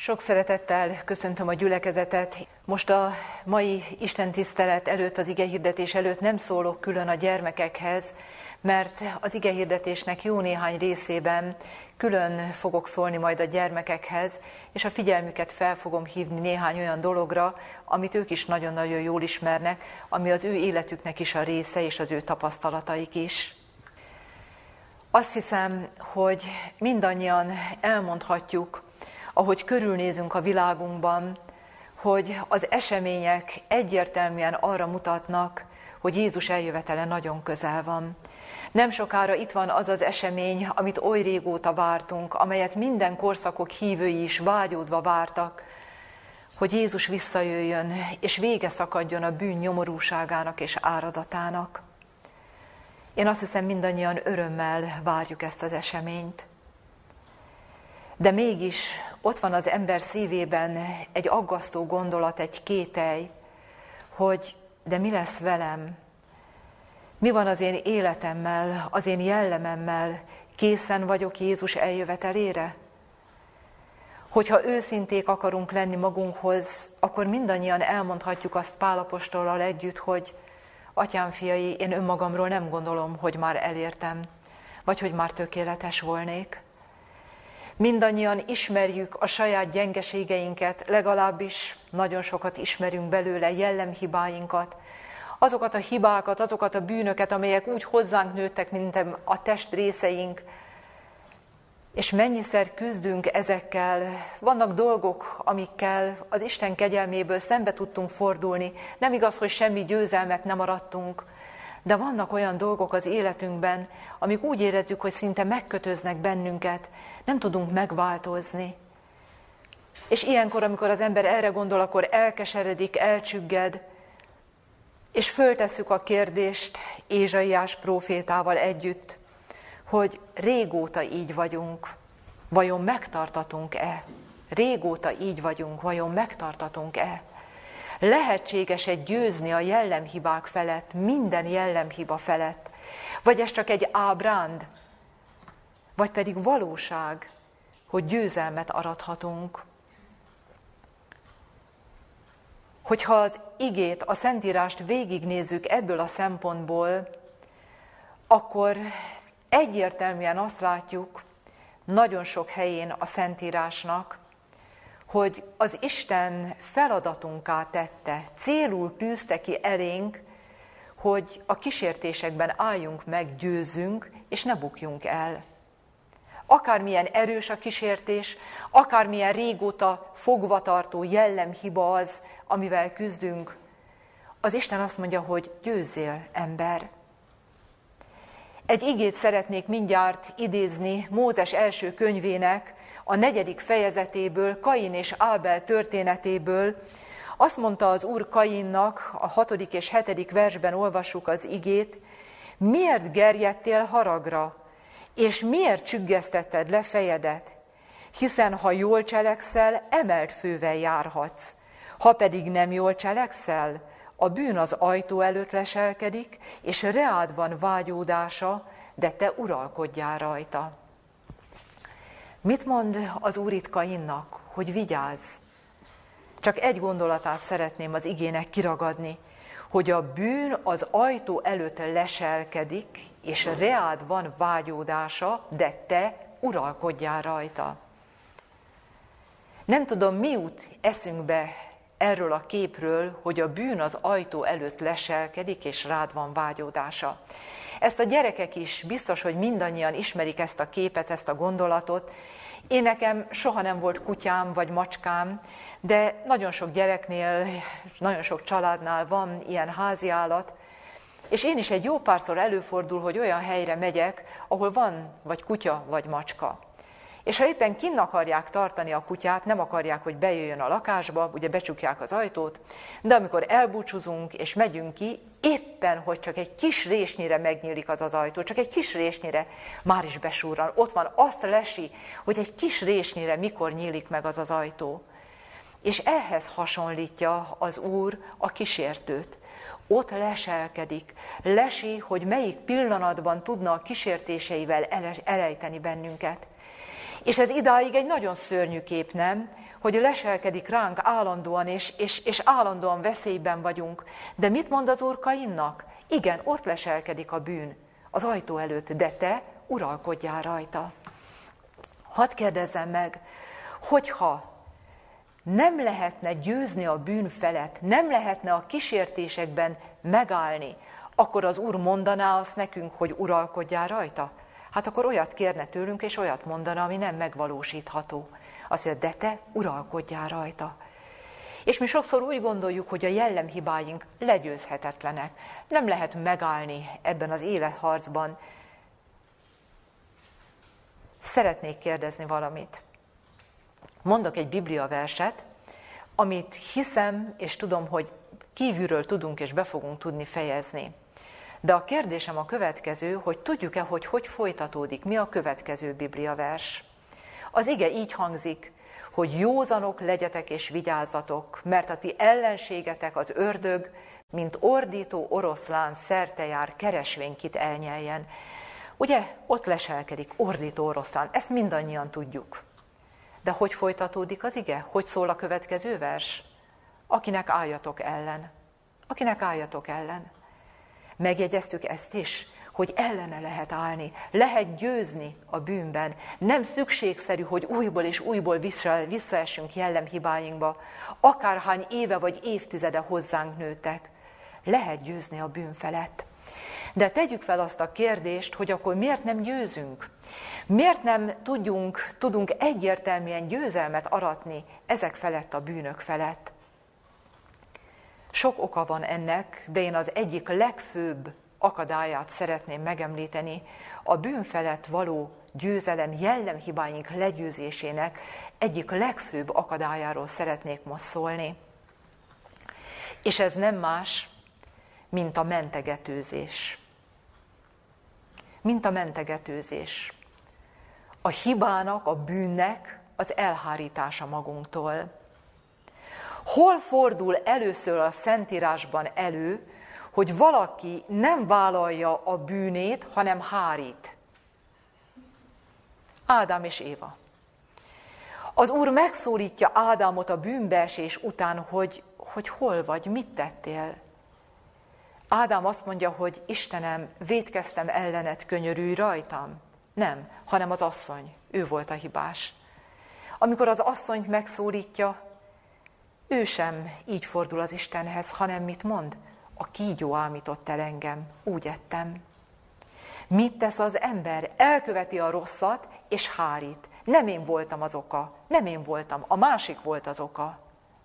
Sok szeretettel köszöntöm a gyülekezetet. Most a mai istentisztelet előtt, az igehirdetés előtt nem szólok külön a gyermekekhez, mert az igehirdetésnek jó néhány részében külön fogok szólni majd a gyermekekhez, és a figyelmüket fel fogom hívni néhány olyan dologra, amit ők is nagyon-nagyon jól ismernek, ami az ő életüknek is a része, és az ő tapasztalataik is. Azt hiszem, hogy mindannyian elmondhatjuk, ahogy körülnézünk a világunkban, hogy az események egyértelműen arra mutatnak, hogy Jézus eljövetele nagyon közel van. Nem sokára itt van az az esemény, amit oly régóta vártunk, amelyet minden korszakok hívői is vágyódva vártak, hogy Jézus visszajöjjön, és vége szakadjon a bűn nyomorúságának és áradatának. Én azt hiszem, mindannyian örömmel várjuk ezt az eseményt. De mégis ott van az ember szívében egy aggasztó gondolat, egy kételj, hogy de mi lesz velem? Mi van az én életemmel, az én jellememmel? Készen vagyok Jézus eljövetelére? Hogyha őszinték akarunk lenni magunkhoz, akkor mindannyian elmondhatjuk azt Pál apostollal együtt, hogy Atyám fiai, én önmagamról nem gondolom, hogy már elértem, vagy hogy már tökéletes volnék. Mindannyian ismerjük a saját gyengeségeinket, legalábbis nagyon sokat ismerünk belőle, jellemhibáinkat, azokat a hibákat, azokat a bűnöket, amelyek úgy hozzánk nőttek, mint a testrészeink, és mennyiszer küzdünk ezekkel. Vannak dolgok, amikkel az Isten kegyelméből szembe tudtunk fordulni. Nem igaz, hogy semmi győzelmet nem arattunk, de vannak olyan dolgok az életünkben, amik úgy érezzük, hogy szinte megkötöznek bennünket, nem tudunk megváltozni. És ilyenkor, amikor az ember erre gondol, akkor elkeseredik, elcsügged, és föltesszük a kérdést Ézsaiás prófétával együtt, hogy régóta így vagyunk, vajon megtartatunk-e? Régóta így vagyunk, vajon megtartatunk-e? Lehetséges-e győzni a jellemhibák felett, minden jellemhiba felett? Vagy ez csak egy ábránd? Vagy pedig valóság, hogy győzelmet arathatunk? Hogyha az igét, a Szentírást végignézzük ebből a szempontból, akkor egyértelműen azt látjuk nagyon sok helyén a Szentírásnak, hogy az Isten feladatunká tette, célul tűzte ki elénk, hogy a kísértésekben álljunk meg, győzzünk, és ne bukjunk el. Akármilyen erős a kísértés, akármilyen régóta fogvatartó jellemhiba az, amivel küzdünk, az Isten azt mondja, hogy győzzél, ember. Egy igét szeretnék mindjárt idézni Mózes első könyvének a 4. fejezetéből, Kain és Ábel történetéből. Azt mondta az Úr Kainnak, a 6. és 7. versben olvassuk az igét: miért gerjedtél haragra, és miért csüggesztetted le fejedet? Hiszen ha jól cselekszel, emelt fővel járhatsz. Ha pedig nem jól cselekszel, a bűn az ajtó előtt leselkedik, és reád van vágyódása, de te uralkodjál rajta. Mit mond az Úr itt Kainnak? Hogy vigyázz! Csak egy gondolatát szeretném az igének kiragadni, hogy a bűn az ajtó előtt leselkedik, és reád van vágyódása, de te uralkodjál rajta. Nem tudom, mi jut eszünkbe erről a képről, hogy a bűn az ajtó előtt leselkedik, és rád van vágyódása. Ezt a gyerekek is biztos, hogy mindannyian ismerik ezt a képet, ezt a gondolatot. Én nekem soha nem volt kutyám vagy macskám, de nagyon sok gyereknél, nagyon sok családnál van ilyen háziállat, és én is egy jó párszor előfordul, hogy olyan helyre megyek, ahol van vagy kutya, vagy macska. És ha éppen kinn akarják tartani a kutyát, nem akarják, hogy bejöjjön a lakásba, ugye becsukják az ajtót, de amikor elbúcsúzunk és megyünk ki, éppen, hogy csak egy kis résnyire megnyílik az ajtó, csak egy kis résnyire már is besurran. Ott van, azt lesi, hogy egy kis résnyire mikor nyílik meg az ajtó. És ehhez hasonlítja az Úr a kísértőt. Ott leselkedik, lesi, hogy melyik pillanatban tudna a kísértéseivel elejteni bennünket. És ez idáig egy nagyon szörnyű kép, nem? Hogy leselkedik ránk állandóan, és állandóan veszélyben vagyunk. De mit mond az Úr Kainnak? Igen, ott leselkedik a bűn az ajtó előtt, de te uralkodjál rajta. Hadd kérdezzem meg, hogyha nem lehetne győzni a bűn felett, nem lehetne a kísértésekben megállni, akkor az Úr mondaná azt nekünk, hogy uralkodjál rajta? Hát akkor olyat kérne tőlünk, és olyat mondana, ami nem megvalósítható. Azt mondja, de te uralkodjál rajta. És mi sokszor úgy gondoljuk, hogy a jellemhibáink legyőzhetetlenek. Nem lehet megállni ebben az életharcban. Szeretnék kérdezni valamit. Mondok egy bibliaverset, amit hiszem, és tudom, hogy kívülről tudunk és be fogunk tudni fejezni. De a kérdésem a következő, hogy tudjuk-e, hogy folytatódik, mi a következő bibliavers. Az ige így hangzik, hogy józanok legyetek és vigyázzatok, mert a ti ellenségetek az ördög, mint ordító oroszlán szerte jár, keresvén kit elnyeljen. Ugye, ott leselkedik, ordító oroszlán, ezt mindannyian tudjuk. De hogy folytatódik az ige? Hogy szól a következő vers? Akinek álljatok ellen. Akinek álljatok ellen. Megjegyeztük ezt is, hogy ellene lehet állni, lehet győzni a bűnben. Nem szükségszerű, hogy újból és újból visszaessünk jellemhibáinkba, akárhány éve vagy évtizede hozzánk nőttek. Lehet győzni a bűn felett. De tegyük fel azt a kérdést, hogy akkor miért nem győzünk? Miért nem tudunk egyértelműen győzelmet aratni ezek felett, a bűnök felett? Sok oka van ennek, de én az egyik legfőbb akadályát szeretném megemlíteni, a bűn felett való győzelem, jellemhibáink legyőzésének egyik legfőbb akadályáról szeretnék most szólni. És ez nem más, mint a mentegetőzés. Mint a mentegetőzés. A hibának, a bűnnek az elhárítása magunktól. Hol fordul először a Szentírásban elő, hogy valaki nem vállalja a bűnét, hanem hárít? Ádám és Éva. Az Úr megszólítja Ádámot a bűnbeesés után, hogy hol vagy, mit tettél. Ádám azt mondja, hogy Istenem, vétkeztem ellened, könyörülj rajtam. Nem, hanem az asszony, ő volt a hibás. Amikor az asszonyt megszólítja, ő sem így fordul az Istenhez, hanem mit mond? A kígyó ámított el engem, úgy ettem. Mit tesz az ember? Elköveti a rosszat, és hárít. Nem én voltam az oka, nem én voltam, a másik volt az oka.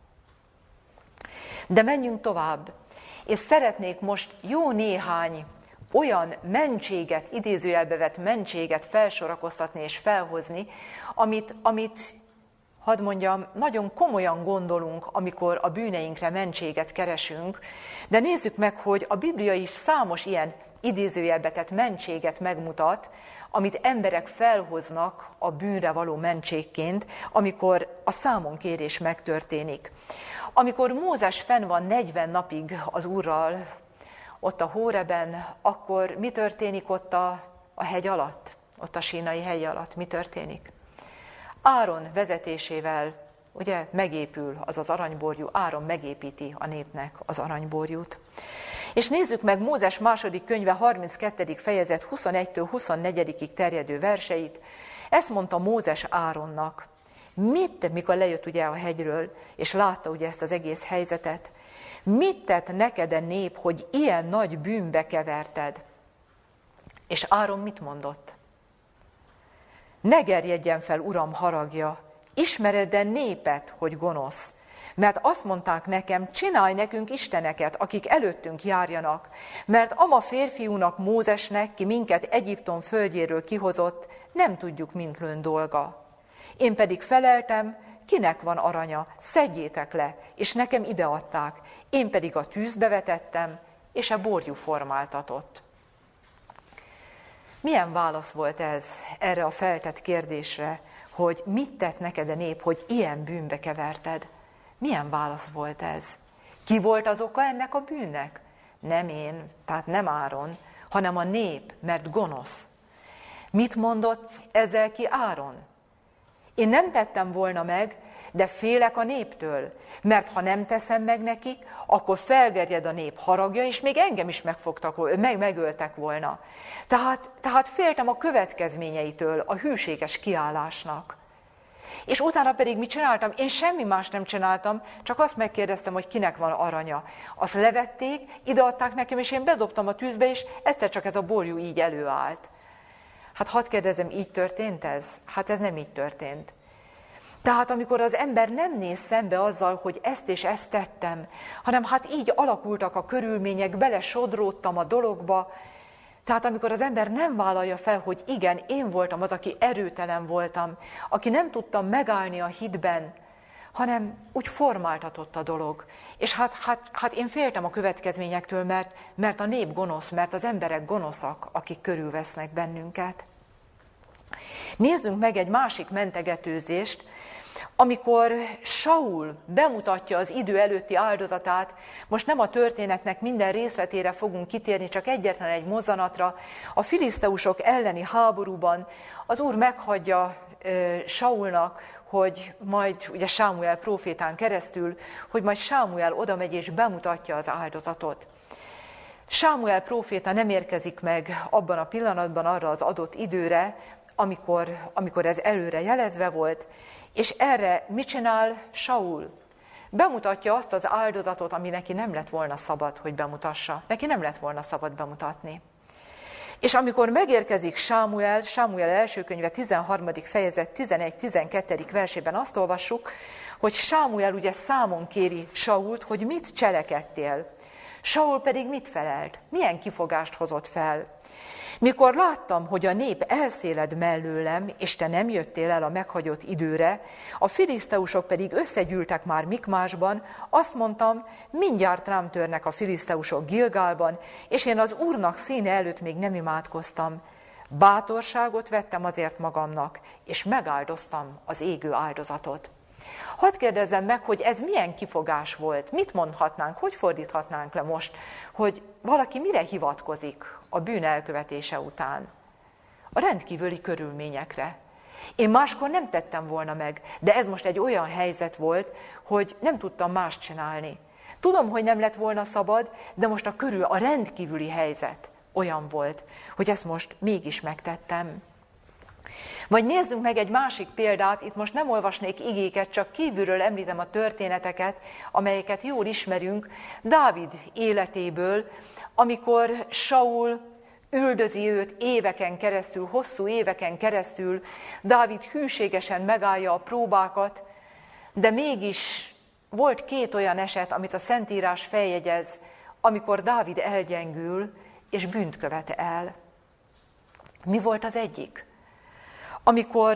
De menjünk tovább, és szeretnék most jó néhány olyan mentséget, idézőjelbe vett mentséget felsorakoztatni és felhozni, amit hadd mondjam, nagyon komolyan gondolunk, amikor a bűneinkre mentséget keresünk, de nézzük meg, hogy a Biblia is számos ilyen idézőjelbe tett mentséget megmutat, amit emberek felhoznak a bűnre való mentségként, amikor a számonkérés megtörténik. Amikor Mózes fenn van 40 napig az Úrral, ott a Hóreben, akkor mi történik ott a hegy alatt, ott a Sínai hegy alatt? Mi történik? Áron vezetésével ugye megépül az aranyborjú, Áron megépíti a népnek az aranyborjút. És nézzük meg Mózes második könyve 32. fejezet 21-től 24-ig terjedő verseit. Ezt mondta Mózes Áronnak. Mikor lejött ugye a hegyről, és látta ugye ezt az egész helyzetet, mit tett neked a nép, hogy ilyen nagy bűnbe keverted? És Áron mit mondott? Ne gerjedjen fel, Uram, haragja, ismered-e népet, hogy gonosz? Mert azt mondták nekem, csinálj nekünk isteneket, akik előttünk járjanak, mert ama férfiúnak, Mózesnek, ki minket Egyiptom földjéről kihozott, nem tudjuk mindlőn dolga. Én pedig feleltem, kinek van aranya, szedjétek le, és nekem ideadták, én pedig a tűzbe vetettem, és a borjú formáltatott. Milyen válasz volt ez erre a feltett kérdésre, hogy mit tett neked a nép, hogy ilyen bűnbe keverted? Milyen válasz volt ez? Ki volt az oka ennek a bűnnek? Nem én, tehát nem Áron, hanem a nép, mert gonosz. Mit mondott ezzel ki Áron? Én nem tettem volna meg, de félek a néptől, mert ha nem teszem meg nekik, akkor felgerjed a nép haragja, és még engem is megöltek volna. Tehát féltem a következményeitől, a hűséges kiállásnak. És utána pedig mit csináltam? Én semmi más nem csináltam, csak azt megkérdeztem, hogy kinek van aranya. Azt levették, ideadták nekem, és én bedobtam a tűzbe, és egyszer csak ez a borjú így előállt. Hát hadd kérdezem, így történt ez? Hát ez nem így történt. Tehát amikor az ember nem néz szembe azzal, hogy ezt és ezt tettem, hanem hát így alakultak a körülmények, belesodródtam a dologba, tehát amikor az ember nem vállalja fel, hogy igen, én voltam az, aki erőtelen voltam, aki nem tudtam megállni a hitben, hanem úgy formáltatott a dolog. És hát én féltem a következményektől, mert a nép gonosz, mert az emberek gonoszak, akik körülvesznek bennünket. Nézzünk meg egy másik mentegetőzést, amikor Saul bemutatja az idő előtti áldozatát, most nem a történetnek minden részletére fogunk kitérni, csak egyetlen egy mozzanatra, a filiszteusok elleni háborúban az Úr meghagyja Saulnak, hogy majd ugye Sámuel prófétán keresztül, hogy majd Sámuel odamegy és bemutatja az áldozatot. Sámuel próféta nem érkezik meg abban a pillanatban arra az adott időre, amikor ez előre jelezve volt, és erre mit csinál Saul? Bemutatja azt az áldozatot, ami neki nem lett volna szabad, hogy bemutassa. Neki nem lett volna szabad bemutatni. És amikor megérkezik Sámuel első könyve 13. fejezet 11-12. versében azt olvassuk, hogy Sámuel ugye számon kéri Sault, hogy mit cselekedtél. Saul pedig mit felelt? Milyen kifogást hozott fel? Mikor láttam, hogy a nép elszéled mellőlem, és te nem jöttél el a meghagyott időre, a filiszteusok pedig összegyűltek már Mikmásban, azt mondtam, mindjárt rám törnek a filiszteusok Gilgálban, és én az Úrnak színe előtt még nem imádkoztam. Bátorságot vettem azért magamnak, és megáldoztam az égő áldozatot. Hadd kérdezzem meg, hogy ez milyen kifogás volt? Mit mondhatnánk, hogy fordíthatnánk le most, hogy valaki mire hivatkozik a bűn elkövetése után? A rendkívüli körülményekre. Én máskor nem tettem volna meg, de ez most egy olyan helyzet volt, hogy nem tudtam más csinálni. Tudom, hogy nem lett volna szabad, de most a rendkívüli helyzet olyan volt, hogy ezt most mégis megtettem. Vagy nézzünk meg egy másik példát, itt most nem olvasnék igéket, csak kívülről említem a történeteket, amelyeket jól ismerünk, Dávid életéből, amikor Saul üldözi őt éveken keresztül, hosszú éveken keresztül, Dávid hűségesen megállja a próbákat, de mégis volt két olyan eset, amit a Szentírás feljegyez, amikor Dávid elgyengül és bűnt követ el. Mi volt az egyik? Amikor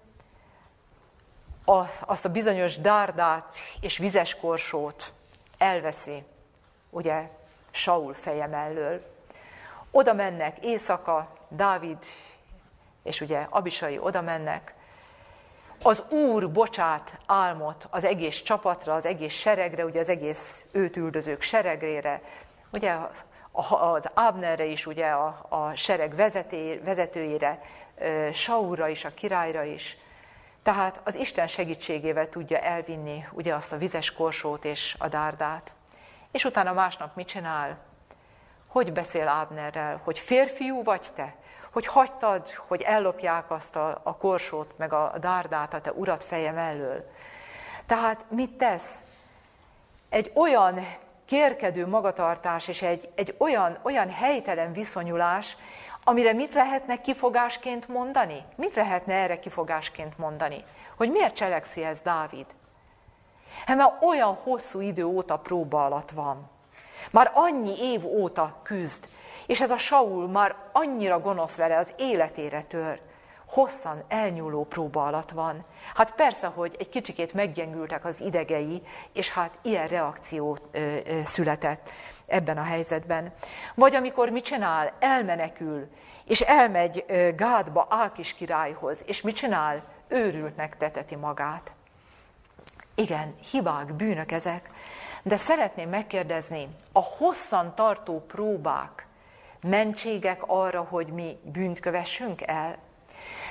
azt a bizonyos dárdát és vizes korsót elveszi, ugye, Saul feje mellől. Oda mennek éjszaka, Dávid és ugye Abisai oda mennek. Az Úr bocsát álmot az egész csapatra, az egész seregre, ugye az egész őt üldözők seregrére, ugye az Ábnerre is, ugye a sereg vezetőjére, Saulra is, a királyra is. Tehát az Isten segítségével tudja elvinni ugye azt a vizes korsót és a dárdát. És utána másnap mit csinál? Hogy beszél Ábnerrel? Hogy férfiú vagy te? Hogy hagytad, hogy ellopják azt a korsót, meg a dárdát a te urat feje mellől? Tehát mit tesz? Egy olyan kérkedő magatartás és egy olyan helytelen viszonyulás, amire mit lehetne kifogásként mondani? Mit lehetne erre kifogásként mondani? Hogy miért cselekszi ez Dávid? Hát mert olyan hosszú idő óta próba alatt van. Már annyi év óta küzd, és ez a Saul már annyira gonosz vele, az életére tör. Hosszan elnyúló próba alatt van. Hát persze, hogy egy kicsikét meggyengültek az idegei, és hát ilyen reakció született ebben a helyzetben. Vagy amikor mit csinál? Elmenekül, és elmegy Gádba Ákis királyhoz, és mit csinál? Őrültnek teteti magát. Igen, hibák, bűnök ezek, de szeretném megkérdezni, a hosszan tartó próbák mentségek arra, hogy mi bűnt kövessünk el?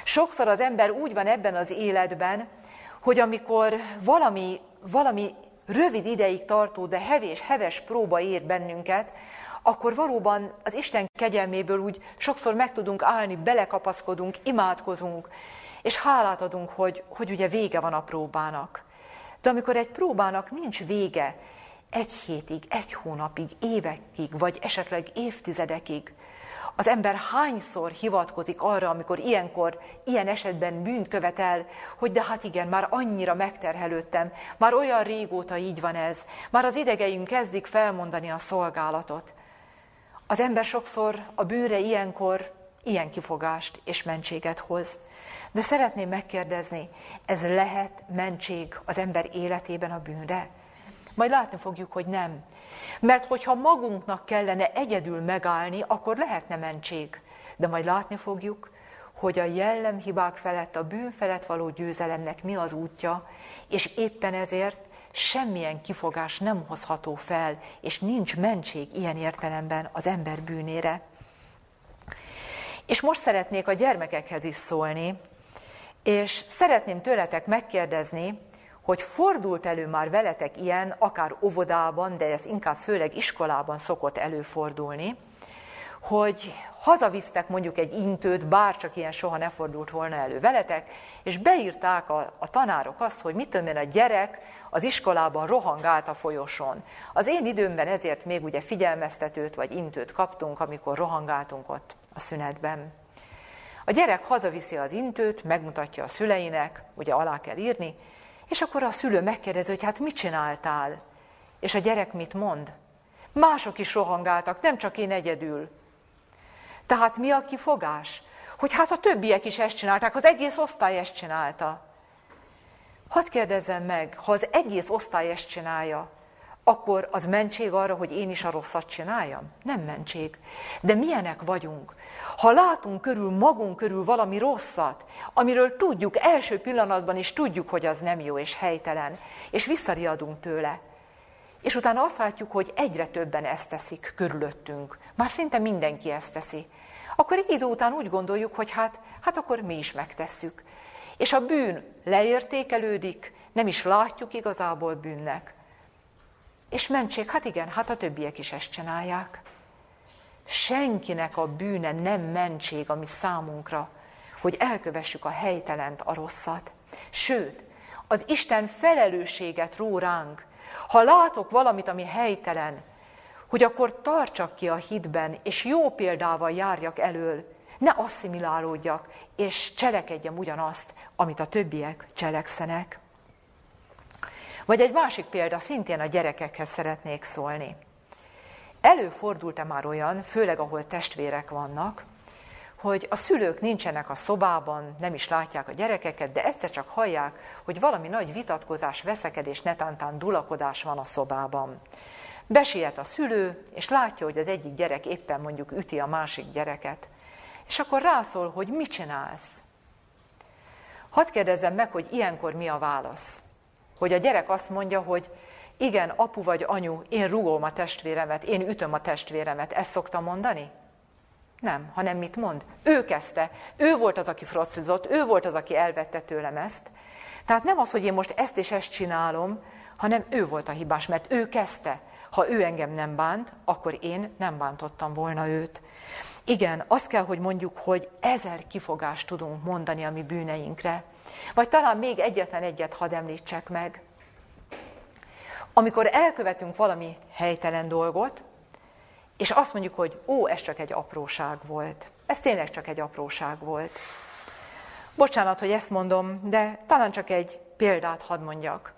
Sokszor az ember úgy van ebben az életben, hogy amikor valami rövid ideig tartó, de heves próba ér bennünket, akkor valóban az Isten kegyelméből úgy sokszor meg tudunk állni, belekapaszkodunk, imádkozunk, és hálát adunk, hogy ugye vége van a próbának. De amikor egy próbának nincs vége, 1 hétig, 1 hónapig, évekig, vagy esetleg évtizedekig, az ember hányszor hivatkozik arra, amikor ilyen esetben bűnt követel, hogy de hát igen, már annyira megterhelődtem, már olyan régóta így van ez, már az idegeim kezdik felmondani a szolgálatot. Az ember sokszor a bűnre ilyenkor ilyen kifogást és mentséget hoz. De szeretném megkérdezni, ez lehet mentség az ember életében a bűnre? Majd látni fogjuk, hogy nem. Mert hogyha magunknak kellene egyedül megállni, akkor lehetne mentség. De majd látni fogjuk, hogy a jellemhibák felett, a bűn felett való győzelemnek mi az útja, és éppen ezért semmilyen kifogás nem hozható fel, és nincs mentség ilyen értelemben az ember bűnére. És most szeretnék a gyermekekhez is szólni, és szeretném tőletek megkérdezni, hogy fordult elő már veletek ilyen, akár óvodában, de ez inkább főleg iskolában szokott előfordulni, hogy hazavisztek mondjuk egy intőt, bárcsak ilyen soha ne fordult volna elő veletek, és beírták a tanárok azt, hogy mit tudom én, a gyerek az iskolában rohangált a folyosón. Az én időmben ezért még ugye figyelmeztetőt vagy intőt kaptunk, amikor rohangáltunk ott a szünetben. A gyerek hazaviszi az intőt, megmutatja a szüleinek, ugye alá kell írni, és akkor a szülő megkérdezi, hogy hát mit csináltál? És a gyerek mit mond? Mások is rohangáltak, nem csak én egyedül. Tehát mi a kifogás? Hogy hát a többiek is ezt csinálták, az egész osztály ezt csinálta. Hadd kérdezzem meg, ha az egész osztály ezt csinálja, akkor az mentség arra, hogy én is a rosszat csináljam? Nem mentség. De milyenek vagyunk? Ha látunk magunk körül valami rosszat, amiről tudjuk, első pillanatban is tudjuk, hogy az nem jó és helytelen, és visszariadunk tőle, és utána azt látjuk, hogy egyre többen ezt teszik körülöttünk. Már szinte mindenki ezt teszi. Akkor egy idő után úgy gondoljuk, hogy hát akkor mi is megtesszük. És a bűn leértékelődik, nem is látjuk igazából bűnnek. És mentség, hát igen, hát a többiek is ezt csinálják. Senkinek a bűne nem mentség, ami számunkra, hogy elkövessük a helytelent, a rosszat. Sőt, az Isten felelősséget ró ránk. Ha látok valamit, ami helytelen, hogy akkor tartsak ki a hitben, és jó példával járjak elől, ne asszimilálódjak, és cselekedjem ugyanazt, amit a többiek cselekszenek. Vagy egy másik példa, szintén a gyerekekhez szeretnék szólni. Előfordult-e már olyan, főleg ahol testvérek vannak, hogy a szülők nincsenek a szobában, nem is látják a gyerekeket, de egyszer csak hallják, hogy valami nagy vitatkozás, veszekedés, netántán dulakodás van a szobában. Besiet a szülő, és látja, hogy az egyik gyerek éppen mondjuk üti a másik gyereket. És akkor rászól, hogy mit csinálsz? Hadd kérdezzem meg, hogy ilyenkor mi a válasz? Hogy a gyerek azt mondja, hogy igen, apu vagy anyu, én rúgom a testvéremet, én ütöm a testvéremet. Ezt szokta mondani? Nem, hanem mit mond? Ő kezdte, ő volt az, aki frocizott, ő volt az, aki elvette tőlem ezt. Tehát nem az, hogy én most ezt és ezt csinálom, hanem ő volt a hibás, mert ő kezdte. Ha ő engem nem bánt, akkor én nem bántottam volna őt. Igen, azt kell, hogy mondjuk, hogy 1000 kifogást tudunk mondani a mi bűneinkre. Vagy talán még egyetlen egyet hadd említsek meg. Amikor elkövetünk valami helytelen dolgot, és azt mondjuk, hogy ez csak egy apróság volt. Ez tényleg csak egy apróság volt. Bocsánat, hogy ezt mondom, de talán csak egy példát hadd mondjak.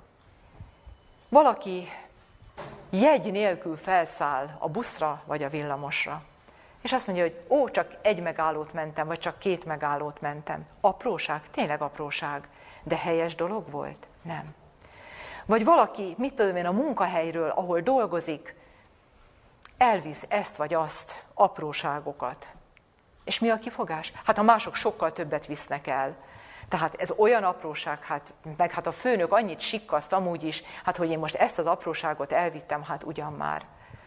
Valaki jegy nélkül felszáll a buszra vagy a villamosra, és azt mondja, hogy csak 1 megállót mentem, vagy csak 2 megállót mentem. Apróság? Tényleg apróság. De helyes dolog volt? Nem. Vagy valaki, mit tudom én, a munkahelyről, ahol dolgozik, elvisz ezt vagy azt, apróságokat. És mi a kifogás? Hát a mások sokkal többet visznek el. Tehát ez olyan apróság, meg a főnök annyit sikkaszt amúgy is, hogy én most ezt az apróságot elvittem, ugyan már.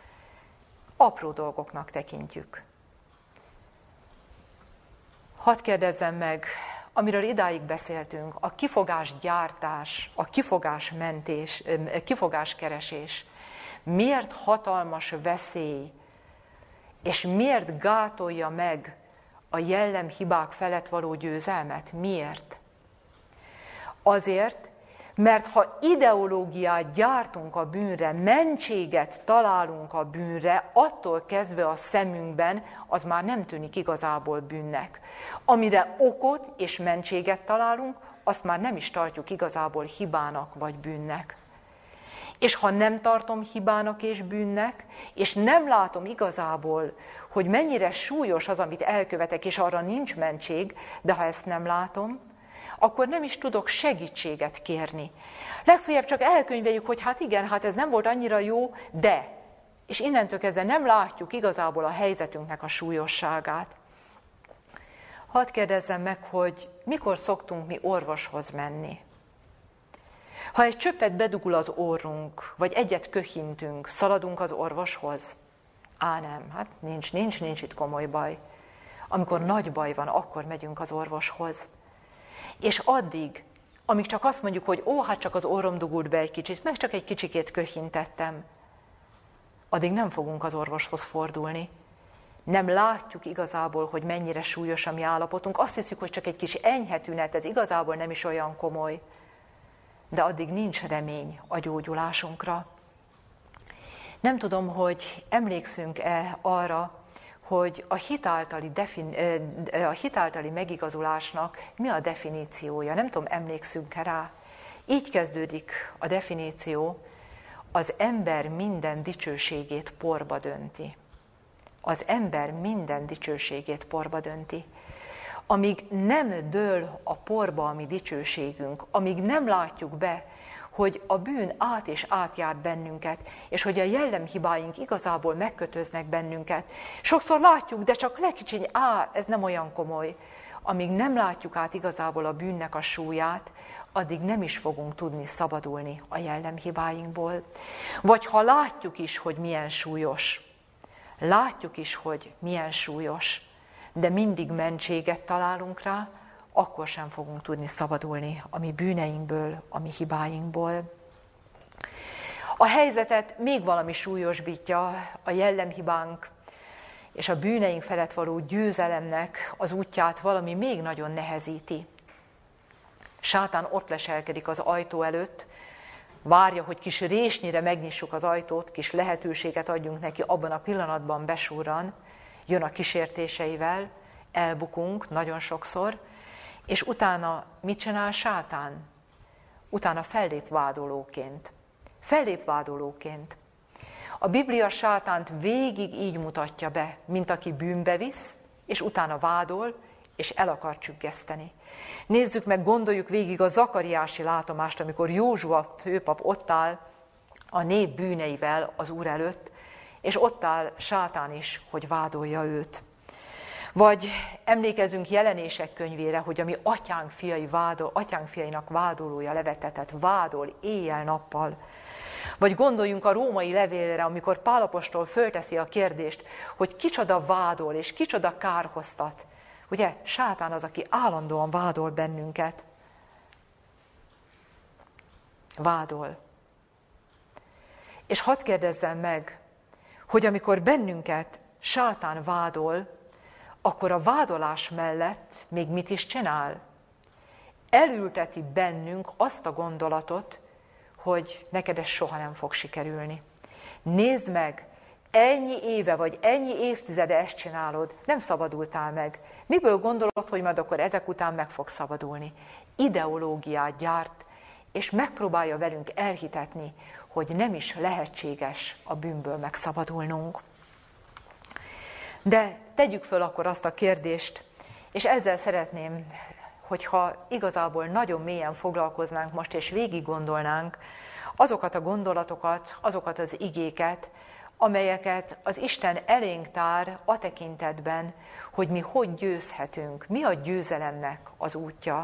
Apró dolgoknak tekintjük. Hadd kérdezzem meg, amiről idáig beszéltünk, a kifogásgyártás, a kifogásmentés, kifogáskeresés, miért hatalmas veszély, és miért gátolja meg a jellemhibák felett való győzelmet? Miért? Azért, mert ha ideológiát gyártunk a bűnre, mentséget találunk a bűnre, attól kezdve a szemünkben az már nem tűnik igazából bűnnek. Amire okot és mentséget találunk, azt már nem is tartjuk igazából hibának vagy bűnnek. És ha nem tartom hibának és bűnnek, és nem látom igazából, hogy mennyire súlyos az, amit elkövetek, és arra nincs mentség, de ha ezt nem látom, akkor nem is tudok segítséget kérni. Legfeljebb csak elkönyveljük, hogy hát igen, hát ez nem volt annyira jó, de. És innentől kezdve nem látjuk igazából a helyzetünknek a súlyosságát. Hadd kérdezzem meg, hogy mikor szoktunk mi orvoshoz menni? Ha egy csöppet bedugul az orrunk, vagy egyet köhintünk, szaladunk az orvoshoz? Nem, hát nincs itt komoly baj. Amikor nagy baj van, akkor megyünk az orvoshoz. És addig, amíg csak azt mondjuk, hogy hát csak az orrom dugult be egy kicsit, meg csak egy kicsikét köhintettem, addig nem fogunk az orvoshoz fordulni. Nem látjuk igazából, hogy mennyire súlyos a mi állapotunk. Azt hiszük, hogy csak egy kis enyhe tünet, ez igazából nem is olyan komoly. De addig nincs remény a gyógyulásunkra. Nem tudom, hogy emlékszünk-e arra, hogy a hitáltali megigazulásnak mi a definíciója. Nem tudom, emlékszünk-e rá. Így kezdődik a definíció: az ember minden dicsőségét porba dönti. Az ember minden dicsőségét porba dönti. Amíg nem dől a porba a mi dicsőségünk, amíg nem látjuk be, hogy a bűn át és átjár bennünket, és hogy a jellemhibáink igazából megkötöznek bennünket. Sokszor látjuk, de csak lekicsiny, ez nem olyan komoly. Amíg nem látjuk át igazából a bűnnek a súlyát, addig nem is fogunk tudni szabadulni a jellemhibáinkból. Vagy ha látjuk is, hogy milyen súlyos, de mindig mentséget találunk rá, akkor sem fogunk tudni szabadulni a mi bűneinkből, a mi hibáinkból. A helyzetet még valami súlyosbítja, a jellemhibánk és a bűneink felett való győzelemnek az útját valami még nagyon nehezíti. Sátán ott leselkedik az ajtó előtt, várja, hogy kis résnyire megnyissuk az ajtót, kis lehetőséget adjunk neki, abban a pillanatban besurran, jön a kísértéseivel, elbukunk nagyon sokszor, és utána mit csinál Sátán? Utána fellép vádolóként. A Biblia Sátánt végig így mutatja be, mint aki bűnbe visz, és utána vádol, és el akar csüggeszteni. Nézzük meg, gondoljuk végig a zakariási látomást, amikor Józsua főpap ott áll a nép bűneivel az Úr előtt, és ott áll Sátán is, hogy vádolja őt. Vagy emlékezünk Jelenések könyvére, hogy a mi atyánk fiainak vádolója levetetett, vádol éjjel-nappal. Vagy gondoljunk a római levélre, amikor Pál apostol fölteszi a kérdést, hogy kicsoda vádol és kicsoda kárhoztat. Ugye, Sátán az, aki állandóan vádol bennünket. Vádol. És hadd kérdezzem meg, hogy amikor bennünket Sátán vádol, akkor a vádolás mellett még mit is csinál? Elülteti bennünk azt a gondolatot, hogy neked ez soha nem fog sikerülni. Nézd meg, ennyi éve vagy ennyi évtizede ezt csinálod, nem szabadultál meg. Miből gondolod, hogy majd akkor ezek után meg fogsz szabadulni? Ideológiát gyárt, és megpróbálja velünk elhitetni, hogy nem is lehetséges a bűnből megszabadulnunk. De tegyük föl akkor azt a kérdést, és ezzel szeretném, hogyha igazából nagyon mélyen foglalkoznánk most, és végig gondolnánk azokat a gondolatokat, azokat az igéket, amelyeket az Isten elénk tár a tekintetben, hogy mi hogy győzhetünk, mi a győzelemnek az útja.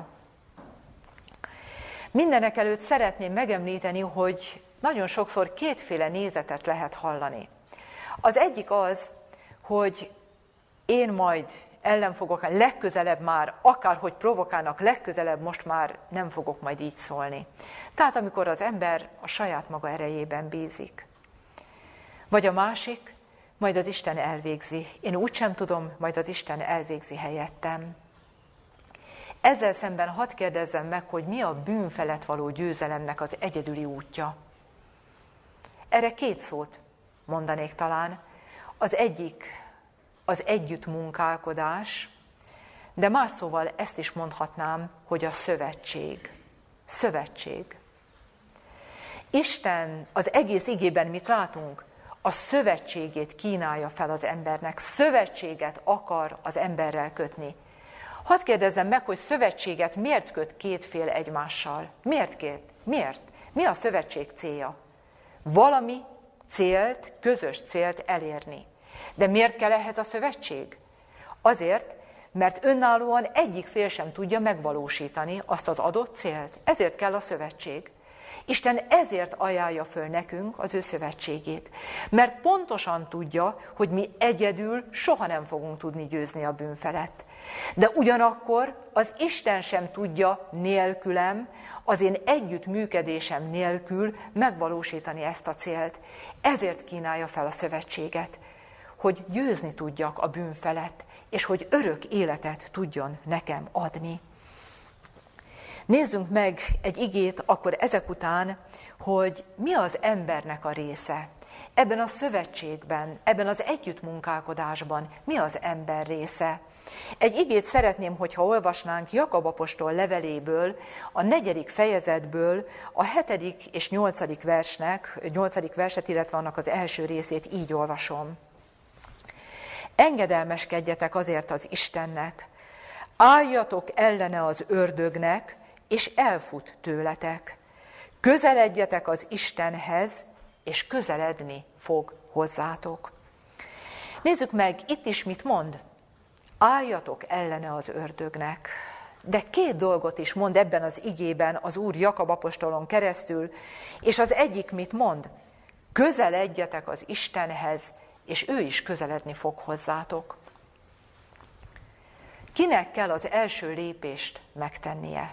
Mindenek előtt szeretném megemlíteni, hogy nagyon sokszor kétféle nézetet lehet hallani. Az egyik az, hogy én majd ellen fogok, legközelebb már, akárhogy provokálnak, legközelebb most már nem fogok majd így szólni. Tehát amikor az ember a saját maga erejében bízik. Vagy a másik, majd az Isten elvégzi. Én úgysem tudom, majd az Isten elvégzi helyettem. Ezzel szemben hadd kérdezzem meg, hogy mi a bűn felett való győzelemnek az egyedüli útja. Erre 2 szót mondanék talán. Az egyik az együttmunkálkodás, de más szóval ezt is mondhatnám, hogy a szövetség. Szövetség. Isten az egész igében mit látunk? A szövetségét kínálja fel az embernek. Szövetséget akar az emberrel kötni. Hadd kérdezzem meg, hogy szövetséget miért köt 2 fél egymással? Miért? Mi a szövetség célja? Valami célt, közös célt elérni. De miért kell ehhez a szövetség? Azért, mert önállóan egyik fél sem tudja megvalósítani azt az adott célt. Ezért kell a szövetség. Isten ezért ajánlja föl nekünk az ő szövetségét. Mert pontosan tudja, hogy mi egyedül soha nem fogunk tudni győzni a bűn felett. De ugyanakkor az Isten sem tudja nélkülem, az én együttműködésem nélkül megvalósítani ezt a célt. Ezért kínálja fel a szövetséget, hogy győzni tudjak a bűn felett, és hogy örök életet tudjon nekem adni. Nézzünk meg egy igét akkor ezek után, hogy mi az embernek a része. Ebben a szövetségben, ebben az együttmunkálkodásban mi az ember része? Egy igét szeretném, hogyha olvasnánk Jakab apostol leveléből, a 4. fejezetből, a 7. és 8. versnek, 8. verset, illetve annak az első részét így olvasom. Engedelmeskedjetek azért az Istennek, álljatok ellene az ördögnek, és elfut tőletek. Közeledjetek az Istenhez, és közeledni fog hozzátok. Nézzük meg, itt is mit mond. Álljatok ellene az ördögnek. De 2 dolgot is mond ebben az igében az Úr Jakab apostolon keresztül, és az egyik mit mond? Közeledjetek az Istenhez, és ő is közeledni fog hozzátok. Kinek kell az első lépést megtennie?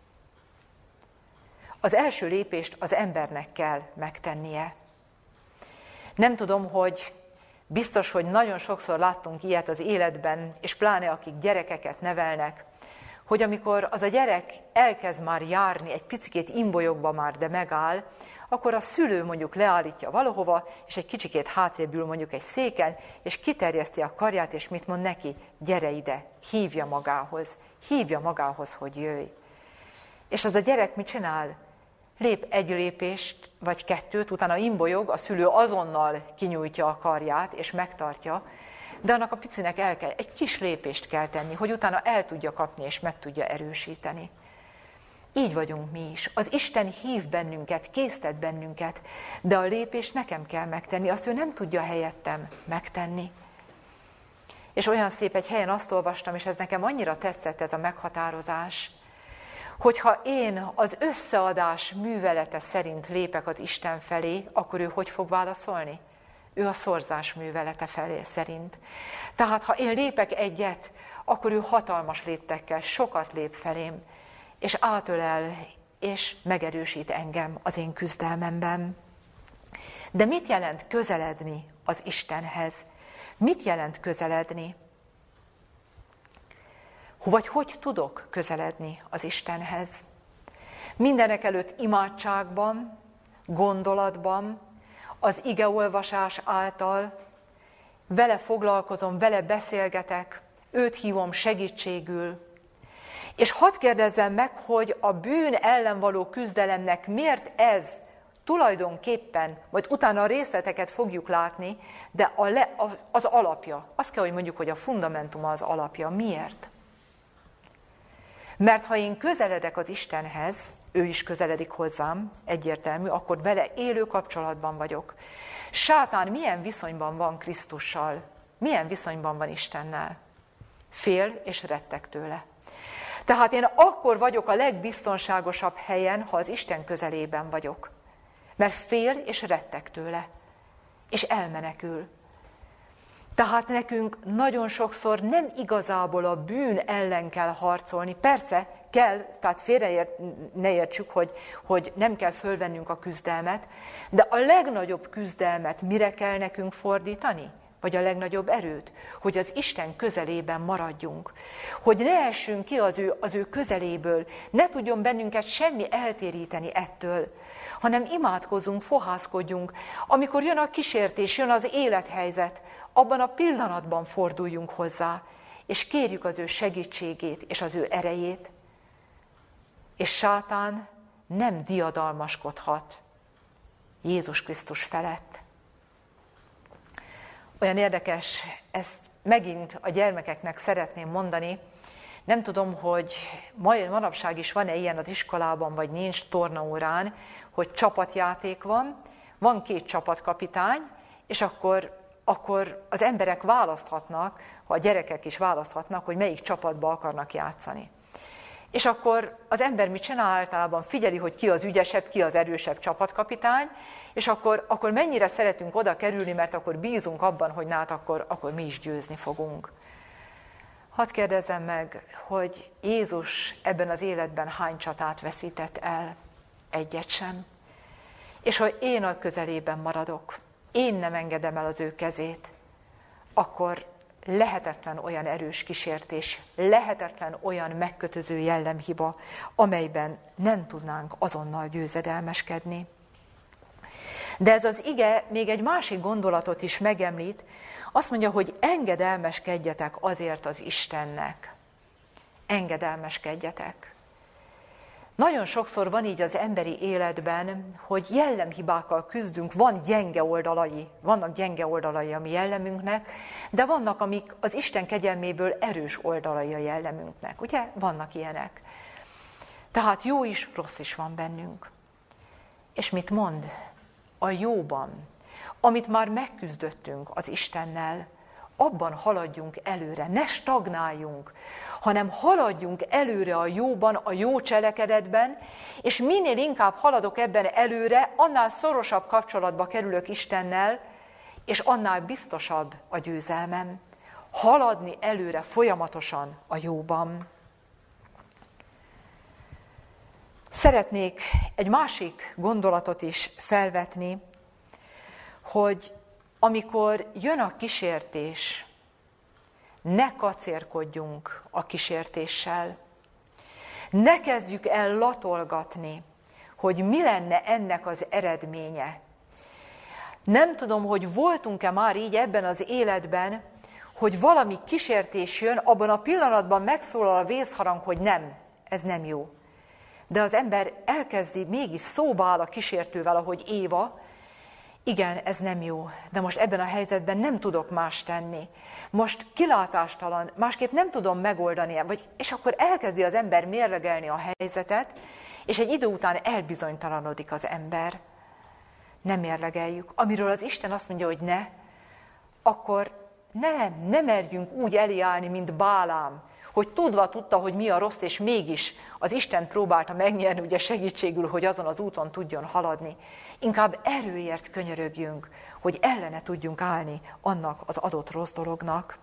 Az első lépést az embernek kell megtennie. Nem tudom, hogy biztos, hogy nagyon sokszor láttunk ilyet az életben, és pláne akik gyerekeket nevelnek, hogy amikor az a gyerek elkezd már járni, egy picikét imbolyogva már, de megáll, akkor a szülő mondjuk leállítja valahova, és egy kicsikét hátrébb ül mondjuk egy széken, és kiterjeszti a karját, és mit mond neki? Gyere ide, hívja magához, hogy jöjj. És az a gyerek mit csinál? Lép 1 lépést, vagy 2, utána imbolyog, a szülő azonnal kinyújtja a karját, és megtartja, de annak a picinek egy kis lépést kell tenni, hogy utána el tudja kapni, és meg tudja erősíteni. Így vagyunk mi is. Az Isten hív bennünket, késztet bennünket, de a lépést nekem kell megtenni, azt ő nem tudja helyettem megtenni. És olyan szép, egy helyen azt olvastam, és ez nekem annyira tetszett ez a meghatározás, hogyha én az összeadás művelete szerint lépek az Isten felé, akkor ő hogy fog válaszolni? Ő a szorzás művelete felé szerint. Tehát ha én lépek egyet, akkor ő hatalmas léptekkel sokat lép felém, és átölel, és megerősít engem az én küzdelmemben. De mit jelent közeledni az Istenhez? Mit jelent közeledni? Vagy hogy tudok közeledni az Istenhez? Mindenekelőtt imádságban, gondolatban, az igeolvasás által, vele foglalkozom, vele beszélgetek, őt hívom segítségül. És hadd kérdezzem meg, hogy a bűn ellen való küzdelemnek miért ez tulajdonképpen, majd utána a részleteket fogjuk látni, de az alapja, azt kell, hogy mondjuk, hogy a fundamentuma az alapja. Miért? Mert ha én közeledek az Istenhez, ő is közeledik hozzám, egyértelmű, akkor vele élő kapcsolatban vagyok. Sátán milyen viszonyban van Krisztussal? Milyen viszonyban van Istennel? Fél és retteg tőle. Tehát én akkor vagyok a legbiztonságosabb helyen, ha az Isten közelében vagyok. Mert fél és retteg tőle. És elmenekül. Tehát nekünk nagyon sokszor nem igazából a bűn ellen kell harcolni. Persze kell, tehát ne értsük, hogy nem kell fölvennünk a küzdelmet, de a legnagyobb küzdelmet mire kell nekünk fordítani? Vagy a legnagyobb erőt? Hogy az Isten közelében maradjunk. Hogy ne essünk ki az ő közeléből, ne tudjon bennünket semmi eltéríteni ettől, hanem imádkozzunk, fohászkodjunk. Amikor jön a kísértés, jön az élethelyzet, abban a pillanatban forduljunk hozzá, és kérjük az ő segítségét és az ő erejét, és sátán nem diadalmaskodhat Jézus Krisztus felett. Olyan érdekes, ezt megint a gyermekeknek szeretném mondani. Nem tudom, hogy manapság is van-e ilyen az iskolában, vagy nincs tornaórán, hogy csapatjáték van 2 csapatkapitány, és akkor az emberek választhatnak, a gyerekek is választhatnak, hogy melyik csapatba akarnak játszani. És akkor az ember mit csinál általában? Figyeli, hogy ki az ügyesebb, ki az erősebb csapatkapitány, és akkor mennyire szeretünk oda kerülni, mert akkor bízunk abban, hogy akkor mi is győzni fogunk. Hadd kérdezzem meg, hogy Jézus ebben az életben hány csatát veszített el? Egyet sem. És ha én a közelében maradok, én nem engedem el az ő kezét, akkor lehetetlen olyan erős kísértés, lehetetlen olyan megkötöző jellemhiba, amelyben nem tudnánk azonnal győzedelmeskedni. De ez az ige még egy másik gondolatot is megemlít, azt mondja, hogy engedelmeskedjetek azért az Istennek. Engedelmeskedjetek. Nagyon sokszor van így az emberi életben, hogy jellemhibákkal küzdünk, vannak gyenge oldalai a mi jellemünknek, de vannak, amik az Isten kegyelméből erős oldalai a jellemünknek. Ugye? Vannak ilyenek. Tehát jó is, rossz is van bennünk. És mit mond? A jóban, amit már megküzdöttünk az Istennel, abban haladjunk előre, ne stagnáljunk, hanem haladjunk előre a jóban, a jó cselekedetben, és minél inkább haladok ebben előre, annál szorosabb kapcsolatba kerülök Istennel, és annál biztosabb a győzelmem. Haladni előre folyamatosan a jóban. Szeretnék egy másik gondolatot is felvetni, hogy amikor jön a kísértés, ne kacérkodjunk a kísértéssel. Ne kezdjük el latolgatni, hogy mi lenne ennek az eredménye. Nem tudom, hogy voltunk-e már így ebben az életben, hogy valami kísértés jön, abban a pillanatban megszólal a vészharang, hogy nem, ez nem jó. De az ember elkezdi, mégis szóba áll a kísértővel, ahogy Éva, igen, ez nem jó, de most ebben a helyzetben nem tudok más tenni. Most kilátástalan, másképp nem tudom megoldani, és akkor elkezdi az ember mérlegelni a helyzetet, és egy idő után elbizonytalanodik az ember. Nem mérlegeljük. Amiről az Isten azt mondja, hogy ne, akkor ne merjünk úgy elállni, mint Bálám, hogy tudta, hogy mi a rossz, és mégis az Isten próbálta megnyerni, ugye segítségül, hogy azon az úton tudjon haladni. Inkább erőért könyörögjünk, hogy ellene tudjunk állni annak az adott rossz dolognak.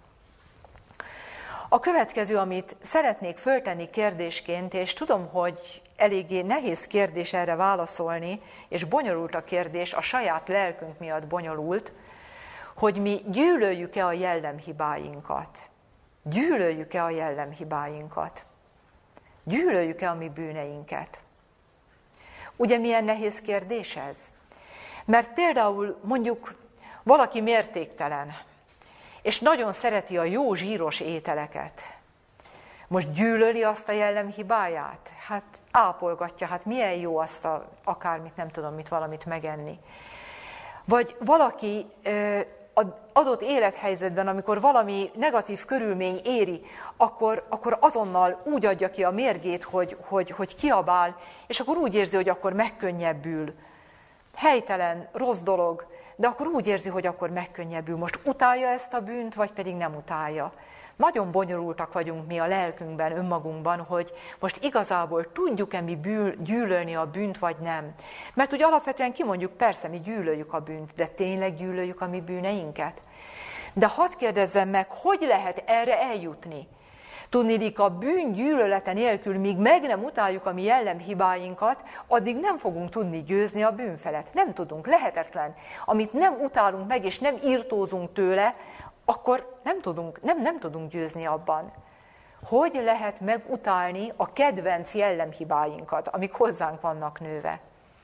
A következő, amit szeretnék föltenni kérdésként, és tudom, hogy eléggé nehéz kérdés erre válaszolni, és bonyolult a kérdés, a saját lelkünk miatt bonyolult, hogy mi gyűlöljük-e a jellemhibáinkat. Gyűlöljük-e a jellemhibáinkat? Gyűlöljük-e a mi bűneinket? Ugye milyen nehéz kérdés ez? Mert például mondjuk valaki mértéktelen, és nagyon szereti a jó zsíros ételeket. Most gyűlöli azt a jellemhibáját? Hát ápolgatja, hát milyen jó azt akármit, nem tudom mit, valamit megenni. Vagy valaki adott élethelyzetben, amikor valami negatív körülmény éri, akkor azonnal úgy adja ki a mérgét, hogy kiabál, és akkor úgy érzi, hogy akkor megkönnyebbül. Helytelen, rossz dolog, de akkor úgy érzi, hogy akkor megkönnyebbül. Most utálja ezt a bűnt, vagy pedig nem utálja. Nagyon bonyolultak vagyunk mi a lelkünkben, önmagunkban, hogy most igazából tudjuk-e mi gyűlölni a bűnt, vagy nem. Mert úgy alapvetően kimondjuk, persze mi gyűlöljük a bűnt, de tényleg gyűlöljük a mi bűneinket. De hadd kérdezzem meg, hogy lehet erre eljutni? Tudniillik, a bűn gyűlölete nélkül, míg meg nem utáljuk a mi jellemhibáinkat, addig nem fogunk tudni győzni a bűn felett. Nem tudunk, lehetetlen. Amit nem utálunk meg, és nem irtózunk tőle, akkor nem tudunk győzni abban. Hogy lehet megutálni a kedvenc jellemhibáinkat, amik hozzánk vannak nőve?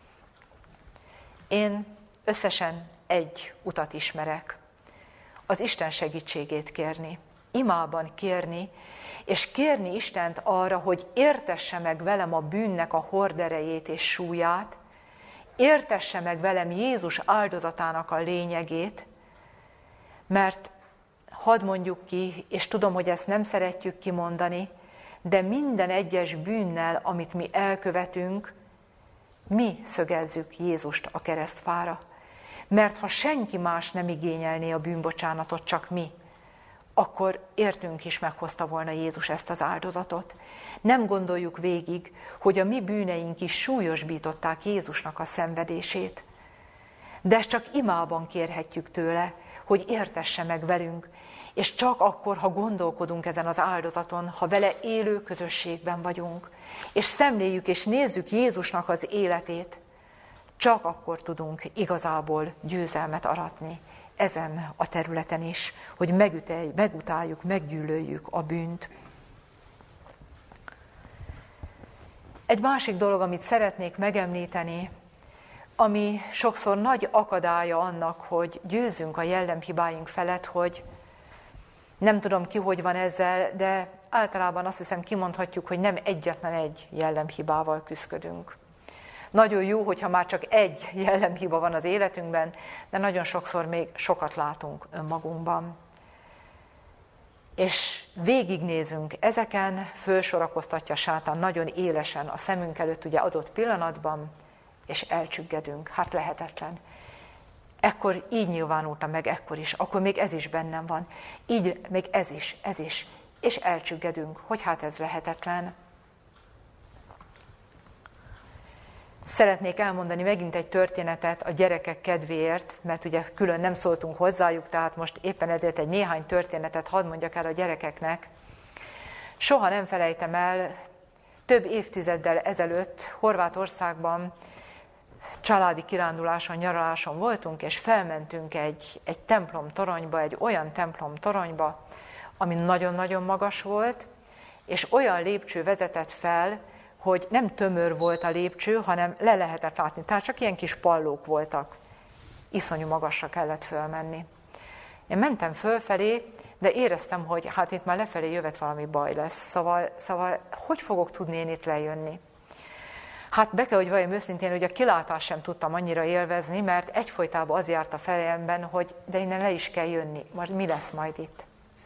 Én összesen egy utat ismerek. Az Isten segítségét kérni, imában kérni, és kérni Istent arra, hogy értesse meg velem a bűnnek a horderejét és súlyát, értesse meg velem Jézus áldozatának a lényegét, mert hadd mondjuk ki, és tudom, hogy ezt nem szeretjük kimondani, de minden egyes bűnnel, amit mi elkövetünk, mi szögezzük Jézust a keresztfára. Mert ha senki más nem igényelné a bűnbocsánatot, csak mi, akkor értünk is meghozta volna Jézus ezt az áldozatot. Nem gondoljuk végig, hogy a mi bűneink is súlyosbították Jézusnak a szenvedését. De ezt csak imában kérhetjük tőle, hogy értesse meg velünk, és csak akkor, ha gondolkodunk ezen az áldozaton, ha vele élő közösségben vagyunk, és szemléljük és nézzük Jézusnak az életét, csak akkor tudunk igazából győzelmet aratni ezen a területen is, hogy megutáljuk, meggyűlöljük a bűnt. Egy másik dolog, amit szeretnék megemlíteni, ami sokszor nagy akadálya annak, hogy győzünk a jellemhibáink felett, hogy nem tudom ki, hogy van ezzel, de általában azt hiszem kimondhatjuk, hogy nem egyetlen egy jellemhibával küszködünk. Nagyon jó, hogyha már csak egy jellemhiba van az életünkben, de nagyon sokszor még sokat látunk önmagunkban. És végignézünk ezeken, fölsorakoztatja sátán nagyon élesen a szemünk előtt, ugye adott pillanatban, és elcsüggedünk. Hát lehetetlen. Ekkor így nyilvánultam meg, ekkor is, akkor még ez is bennem van. Így még ez is, és elcsüggedünk, hogy hát ez lehetetlen. Szeretnék elmondani megint egy történetet a gyerekek kedvéért, mert ugye külön nem szóltunk hozzájuk, tehát most éppen ezért egy néhány történetet hadd mondjak el a gyerekeknek. Soha nem felejtem el, több évtizeddel ezelőtt Horvátországban családi kiránduláson, nyaraláson voltunk, és felmentünk egy templom toronyba, egy olyan templom toronyba, ami nagyon-nagyon magas volt, és olyan lépcső vezetett fel, hogy nem tömör volt a lépcső, hanem le lehetett látni. Tehát csak ilyen kis pallók voltak. Iszonyú magasra kellett fölmenni. Én mentem fölfelé, de éreztem, hogy hát itt már lefelé jövet valami baj lesz. Szóval hogy fogok tudni én itt lejönni? Hát be kell, hogy valljam őszintén, hogy a kilátást sem tudtam annyira élvezni, mert egyfolytában az járt a fejemben, hogy de innen le is kell jönni. Most mi lesz majd itt?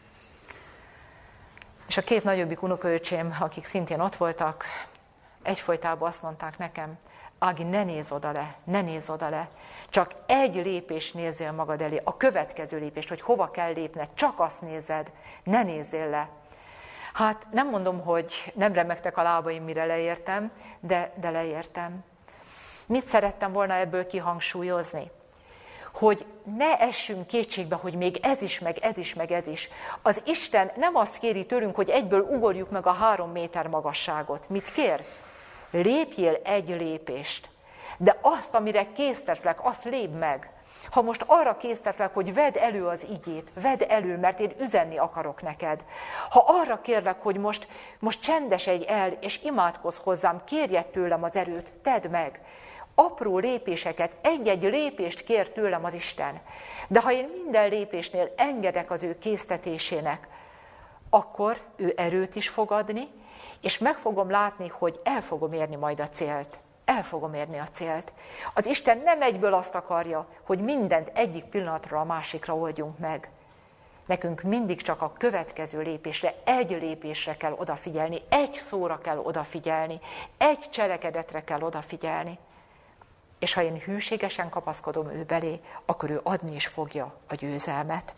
És a két nagyobbik unokaöcsém, akik szintén ott voltak, egyfolytában azt mondták nekem, Ági, ne nézz oda le, csak egy lépést nézzél magad elé, a következő lépést, hogy hova kell lépned, csak azt nézed, ne nézzél le. Hát nem mondom, hogy nem remegtek a lábaim, mire leértem, de leértem. Mit szerettem volna ebből kihangsúlyozni? Hogy ne essünk kétségbe, hogy még ez is, meg ez is, meg ez is. Az Isten nem azt kéri tőlünk, hogy egyből ugorjuk meg a 3 méter magasságot. Mit kér? Lépjél egy lépést, de azt, amire késztetlek, azt lépd meg. Ha most arra késztetlek, hogy vedd elő az igét, vedd elő, mert én üzenni akarok neked. Ha arra kérlek, hogy most csendesedj el, és imádkozz hozzám, kérjed tőlem az erőt, tedd meg. Apró lépéseket, egy-egy lépést kér tőlem az Isten. De ha én minden lépésnél engedek az ő késztetésének, akkor ő erőt is fog adni, és meg fogom látni, hogy el fogom érni majd a célt. El fogom érni a célt. Az Isten nem egyből azt akarja, hogy mindent egyik pillanatra a másikra oldjunk meg. Nekünk mindig csak a következő lépésre, egy lépésre kell odafigyelni, egy szóra kell odafigyelni, egy cselekedetre kell odafigyelni. És ha én hűségesen kapaszkodom ő belé, akkor ő adni is fogja a győzelmet.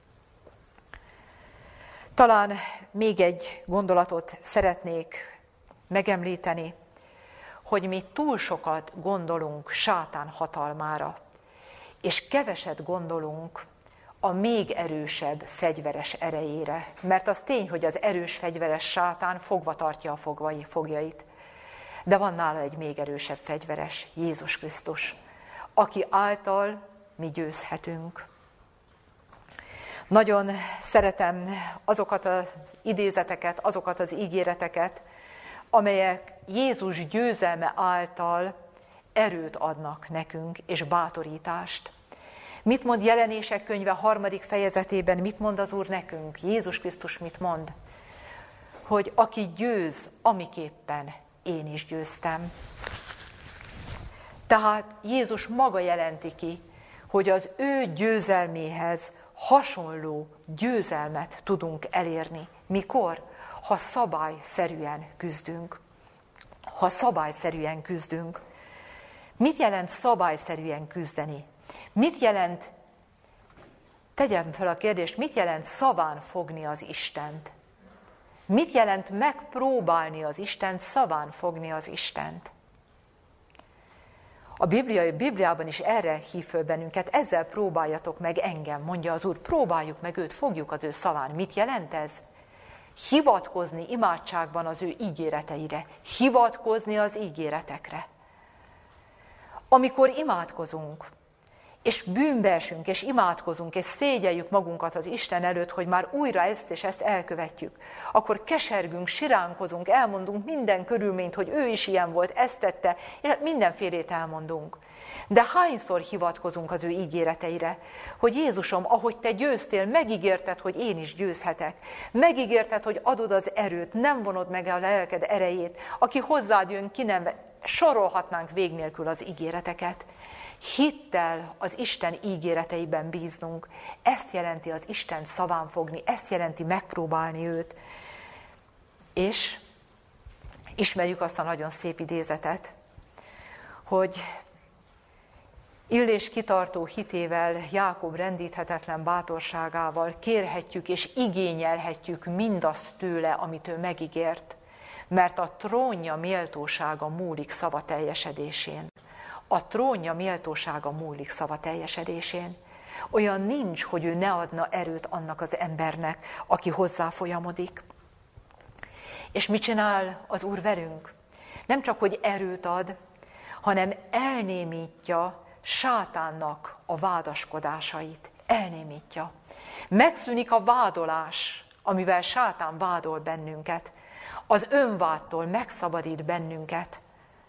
Talán még egy gondolatot szeretnék megemlíteni, hogy mi túl sokat gondolunk sátán hatalmára, és keveset gondolunk a még erősebb fegyveres erejére. Mert az tény, hogy az erős fegyveres sátán fogva tartja a fogjait. De van nála egy még erősebb fegyveres, Jézus Krisztus, aki által mi győzhetünk. Nagyon szeretem azokat az idézeteket, azokat az ígéreteket, amelyek Jézus győzelme által erőt adnak nekünk, és bátorítást. Mit mond Jelenések könyve 3. fejezetében, mit mond az Úr nekünk? Jézus Krisztus mit mond? Hogy aki győz, amiképpen én is győztem. Tehát Jézus maga jelenti ki, hogy az ő győzelméhez hasonló győzelmet tudunk elérni. Mikor? Ha szabályszerűen küzdünk. Ha szabályszerűen küzdünk. Mit jelent szabályszerűen küzdeni? Mit jelent, tegyem fel a kérdést, mit jelent szaván fogni az Istent? Mit jelent megpróbálni az Istent, szaván fogni az Istent? A Bibliában is erre hív föl bennünket, ezzel próbáljatok meg engem, mondja az Úr, próbáljuk meg őt, fogjuk az ő szaván. Mit jelent ez? Hivatkozni imádságban az ő ígéreteire, hivatkozni az ígéretekre. Amikor imádkozunk, és bűnbe esünk, és imádkozunk, és szégyeljük magunkat az Isten előtt, hogy már újra ezt és ezt elkövetjük, akkor kesergünk, siránkozunk, elmondunk minden körülményt, hogy ő is ilyen volt, ezt tette, és mindenfélét elmondunk. De hányszor hivatkozunk az ő ígéreteire, hogy Jézusom, ahogy te győztél, megígérted, hogy én is győzhetek. Megígérted, hogy adod az erőt, nem vonod meg a lelked erejét. Aki hozzád jön, ki nem, sorolhatnánk vég nélkül az ígéreteket. Hittel az Isten ígéreteiben bíznunk. Ezt jelenti az Isten szaván fogni, ezt jelenti megpróbálni őt. És ismerjük azt a nagyon szép idézetet, hogy Illés kitartó hitével, Jákob rendíthetetlen bátorságával kérhetjük és igényelhetjük mindazt tőle, amit ő megígért, mert a trónja méltósága múlik szava teljesedésén. A trónja méltósága múlik szava teljesedésén. Olyan nincs, hogy ő ne adna erőt annak az embernek, aki hozzá folyamodik. És mit csinál az Úr velünk? Nem csak, hogy erőt ad, hanem elnémítja sátánnak a vádaskodásait. Elnémítja. Megszűnik a vádolás, amivel sátán vádol bennünket. Az önvádtól megszabadít bennünket.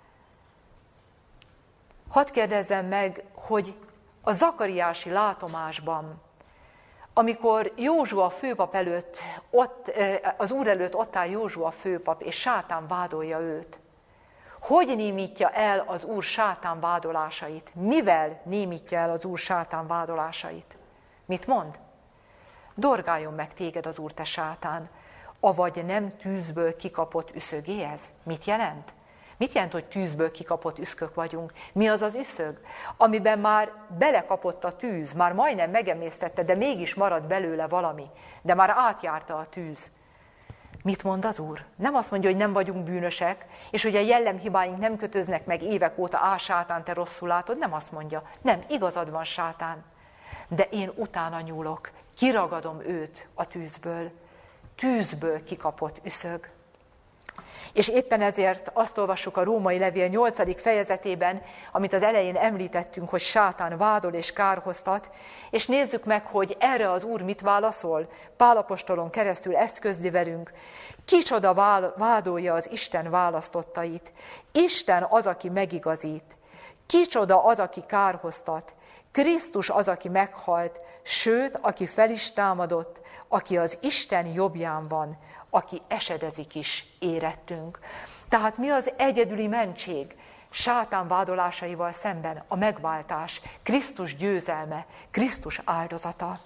Hadd kérdezzem meg, hogy a zakariási látomásban, amikor Józsua főpap előtt, az Úr előtt ott áll Józsua főpap, és sátán vádolja őt, hogy némítja el az Úr sátán vádolásait? Mivel némítja el az Úr sátán vádolásait? Mit mond? Dorgáljon meg téged az Úr, te sátán, avagy nem tűzből kikapott üszögé ez? Mit jelent? Mit jelent, hogy tűzből kikapott üszkök vagyunk? Mi az az üszög? Amiben már belekapott a tűz, már majdnem megemésztette, de mégis marad belőle valami, de már átjárta a tűz. Mit mond az Úr? Nem azt mondja, hogy nem vagyunk bűnösek, és hogy a jellemhibáink nem kötöznek meg évek óta, sátán, te rosszul látod, nem azt mondja. Nem, igazad van, sátán, de én utána nyúlok, kiragadom őt a tűzből. Tűzből kikapott üszög. És éppen ezért azt olvassuk a Római levél 8. fejezetében, amit az elején említettünk, hogy sátán vádol és kárhoztat, és nézzük meg, hogy erre az Úr mit válaszol. Pál apostolon keresztül ezt közli velünk. Kicsoda vádolja az Isten választottait? Isten az, aki megigazít. Kicsoda az, aki kárhoztat? Krisztus az, aki meghalt, sőt, aki fel is támadott, aki az Isten jobbján van, aki esedezik is érettünk. Tehát mi az egyedüli mentség sátán vádolásaival szemben? A megváltás, Krisztus győzelme, Krisztus áldozata.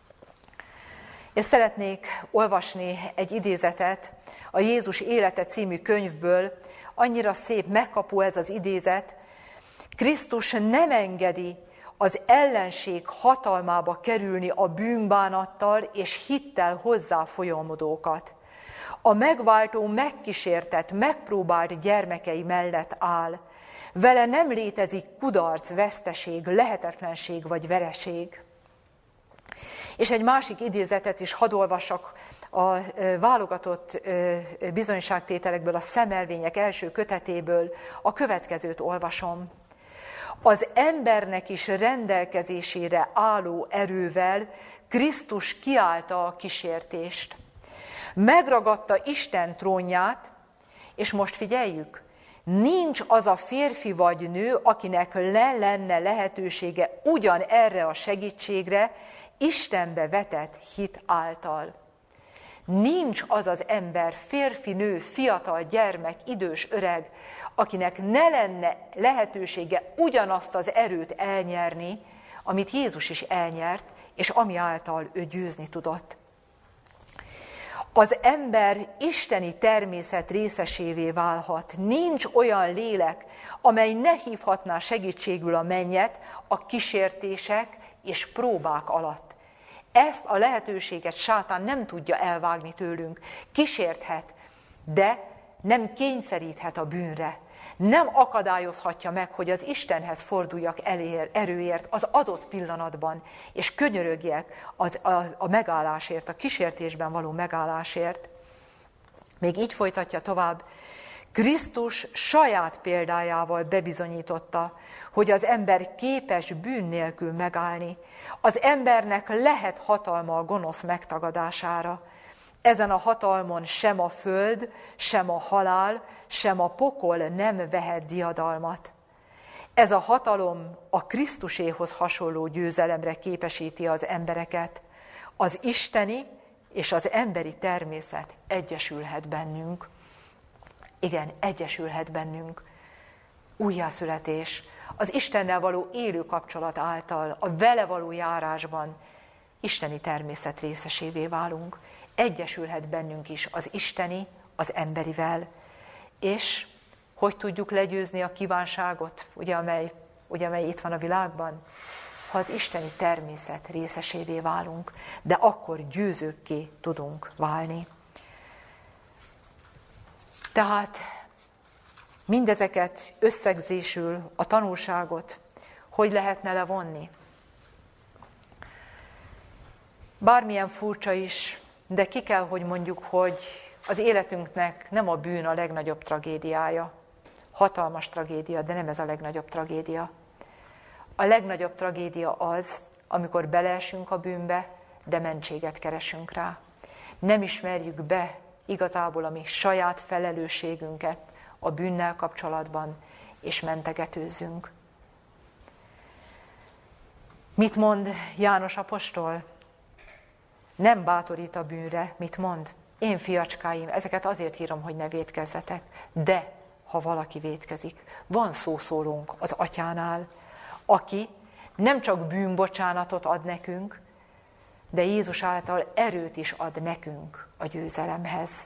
És szeretnék olvasni egy idézetet a Jézus élete című könyvből. Annyira szép, megkapó ez az idézet. Krisztus nem engedi az ellenség hatalmába kerülni a bűnbánattal és hittel hozzá folyamodókat. A megváltó megkísértett, megpróbált gyermekei mellett áll. Vele nem létezik kudarc, veszteség, lehetetlenség vagy vereség. És egy másik idézetet is hadd olvassak a válogatott bizonyságtételekből, a Szemelvények első kötetéből, a következőt olvasom. Az embernek is rendelkezésére álló erővel Krisztus kiállta a kísértést. Megragadta Isten trónját, és most figyeljük, nincs az a férfi vagy nő, akinek lenne lehetősége ugyan erre a segítségre, Istenbe vetett hit által. Nincs az az ember, férfi, nő, fiatal, gyermek, idős, öreg, akinek ne lenne lehetősége ugyanazt az erőt elnyerni, amit Jézus is elnyert, és ami által ő győzni tudott. Az ember isteni természet részesévé válhat. Nincs olyan lélek, amely ne hívhatná segítségül a mennyet a kísértések és próbák alatt. Ezt a lehetőséget sátán nem tudja elvágni tőlünk. Kísérthet, de nem kényszeríthet a bűnre. Nem akadályozhatja meg, hogy az Istenhez forduljak erőért az adott pillanatban, és könyörögjek a megállásért, a kísértésben való megállásért. Még így folytatja tovább. Krisztus saját példájával bebizonyította, hogy az ember képes bűn nélkül megállni. Az embernek lehet hatalma a gonosz megtagadására. Ezen a hatalmon sem a föld, sem a halál, sem a pokol nem vehet diadalmat. Ez a hatalom a Krisztuséhoz hasonló győzelemre képesíti az embereket. Az isteni és az emberi természet egyesülhet bennünk. Igen, egyesülhet bennünk. Újjászületés, az Istennel való élő kapcsolat által, a vele való járásban isteni természet részesévé válunk. Egyesülhet bennünk is az isteni, az emberivel. És hogy tudjuk legyőzni a kívánságot, amely itt van a világban? Ha az isteni természet részesévé válunk, de akkor győzőkké tudunk válni. Tehát mindezeket összegzésül, a tanulságot hogy lehetne levonni? Bármilyen furcsa is, de ki kell, hogy mondjuk, hogy az életünknek nem a bűn a legnagyobb tragédiája. Hatalmas tragédia, de nem ez a legnagyobb tragédia. A legnagyobb tragédia az, amikor beleesünk a bűnbe, de mentséget keresünk rá. Nem ismerjük be igazából a mi saját felelősségünket a bűnnel kapcsolatban, és mentegetőzzünk. Mit mond János apostol? Nem bátorít a bűnre, mit mond? Én, fiacskáim, ezeket azért írom, hogy ne vétkezzetek, de ha valaki vétkezik, van szószólónk az Atyánál, aki nem csak bűnbocsánatot ad nekünk, de Jézus által erőt is ad nekünk a győzelemhez.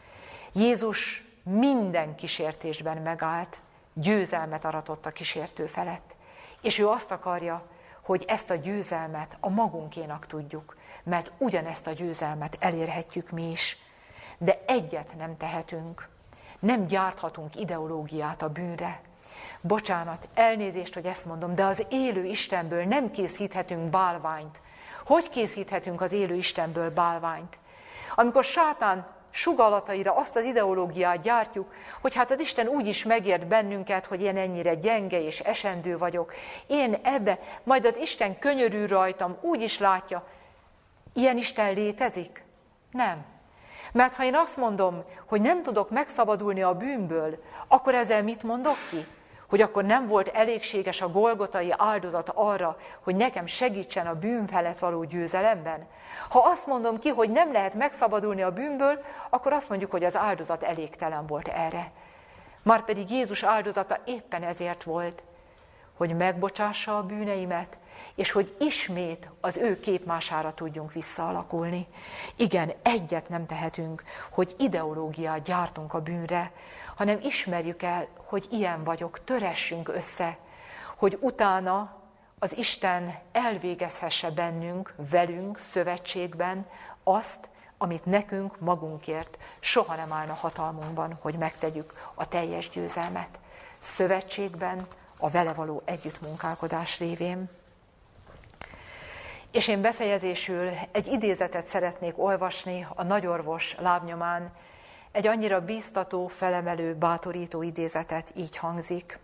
Jézus minden kísértésben megállt, győzelmet aratott a kísértő felett. És ő azt akarja, hogy ezt a győzelmet a magunkénak tudjuk, mert ugyanezt a győzelmet elérhetjük mi is. De egyet nem tehetünk, nem gyárthatunk ideológiát a bűnre. Bocsánat, elnézést, hogy ezt mondom, de az élő Istenből nem készíthetünk bálványt. Hogy készíthetünk az élő Istenből bálványt? Amikor sátán sugallataira azt az ideológiát gyártjuk, hogy hát az Isten úgy is megért bennünket, hogy én ennyire gyenge és esendő vagyok. Én ebbe, majd az Isten könyörül rajtam, úgy is látja. Ilyen Isten létezik? Nem. Mert ha én azt mondom, hogy nem tudok megszabadulni a bűnből, akkor ezzel mit mondok ki? Hogy akkor nem volt elégséges a golgotai áldozat arra, hogy nekem segítsen a bűn felett való győzelemben? Ha azt mondom ki, hogy nem lehet megszabadulni a bűnből, akkor azt mondjuk, hogy az áldozat elégtelen volt erre. Márpedig Jézus áldozata éppen ezért volt, hogy megbocsássa a bűneimet, és hogy ismét az ő képmására tudjunk visszaalakulni. Igen, egyet nem tehetünk, hogy ideológiát gyártunk a bűnre, hanem ismerjük el, hogy ilyen vagyok, töressünk össze, hogy utána az Isten elvégezhesse bennünk, velünk, szövetségben azt, amit nekünk magunkért soha nem állna hatalmunkban, hogy megtegyük a teljes győzelmet. Szövetségben, a vele való együttmunkálkodás révén. És én befejezésül egy idézetet szeretnék olvasni a nagyorvos lábnyomán, egy annyira bíztató, felemelő, bátorító idézetet, így hangzik.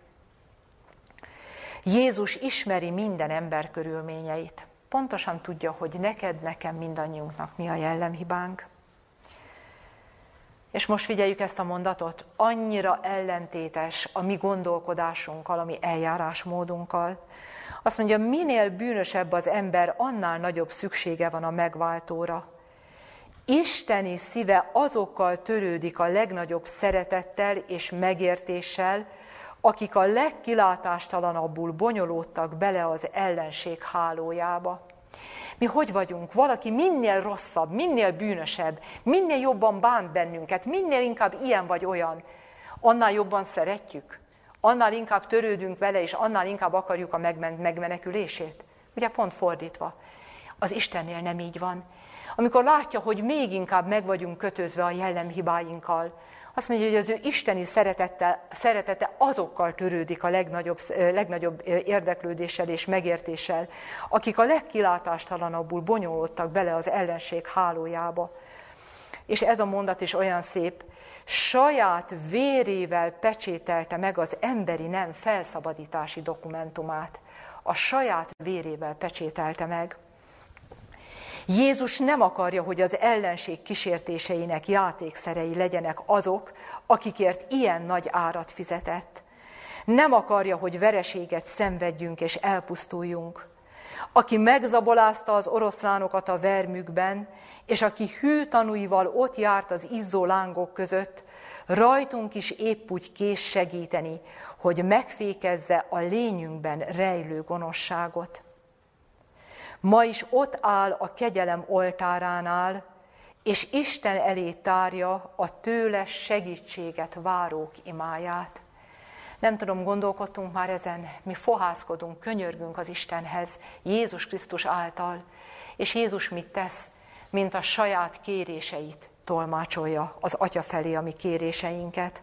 Jézus ismeri minden ember körülményeit. Pontosan tudja, hogy neked, nekem, mindannyiunknak mi a jellemhibánk. És most figyeljük ezt a mondatot, annyira ellentétes a mi gondolkodásunkkal, a mi eljárásmódunkkal. Azt mondja, minél bűnösebb az ember, annál nagyobb szüksége van a megváltóra. Isteni szíve azokkal törődik a legnagyobb szeretettel és megértéssel, akik a legkilátástalanabbul bonyolódtak bele az ellenség hálójába. Mi hogy vagyunk? Valaki minél rosszabb, minél bűnösebb, minél jobban bánt bennünket, minél inkább ilyen vagy olyan, annál jobban szeretjük, annál inkább törődünk vele, és annál inkább akarjuk a megmenekülését. Ugye pont fordítva. Az Istennél nem így van. Amikor látja, hogy még inkább meg vagyunk kötözve a jellemhibáinkkal, azt mondja, hogy az ő isteni szeretete azokkal törődik a legnagyobb érdeklődéssel és megértéssel, akik a legkilátástalanabbul bonyolódtak bele az ellenség hálójába. És ez a mondat is olyan szép, saját vérével pecsételte meg az emberi nem felszabadítási dokumentumát. A saját vérével pecsételte meg. Jézus nem akarja, hogy az ellenség kísértéseinek játékszerei legyenek azok, akikért ilyen nagy árat fizetett. Nem akarja, hogy vereséget szenvedjünk és elpusztuljunk. Aki megzabolázta az oroszlánokat a vermükben, és aki hű tanúival ott járt az izzó lángok között, rajtunk is épp úgy kész segíteni, hogy megfékezze a lényünkben rejlő gonoszságot. Ma is ott áll a kegyelem oltáránál, és Isten elé tárja a tőle segítséget várók imáját. Nem tudom, gondolkodtunk már ezen, mi fohászkodunk, könyörgünk az Istenhez, Jézus Krisztus által, és Jézus mit tesz? Mint a saját kéréseit tolmácsolja az Atya felé a mi kéréseinket.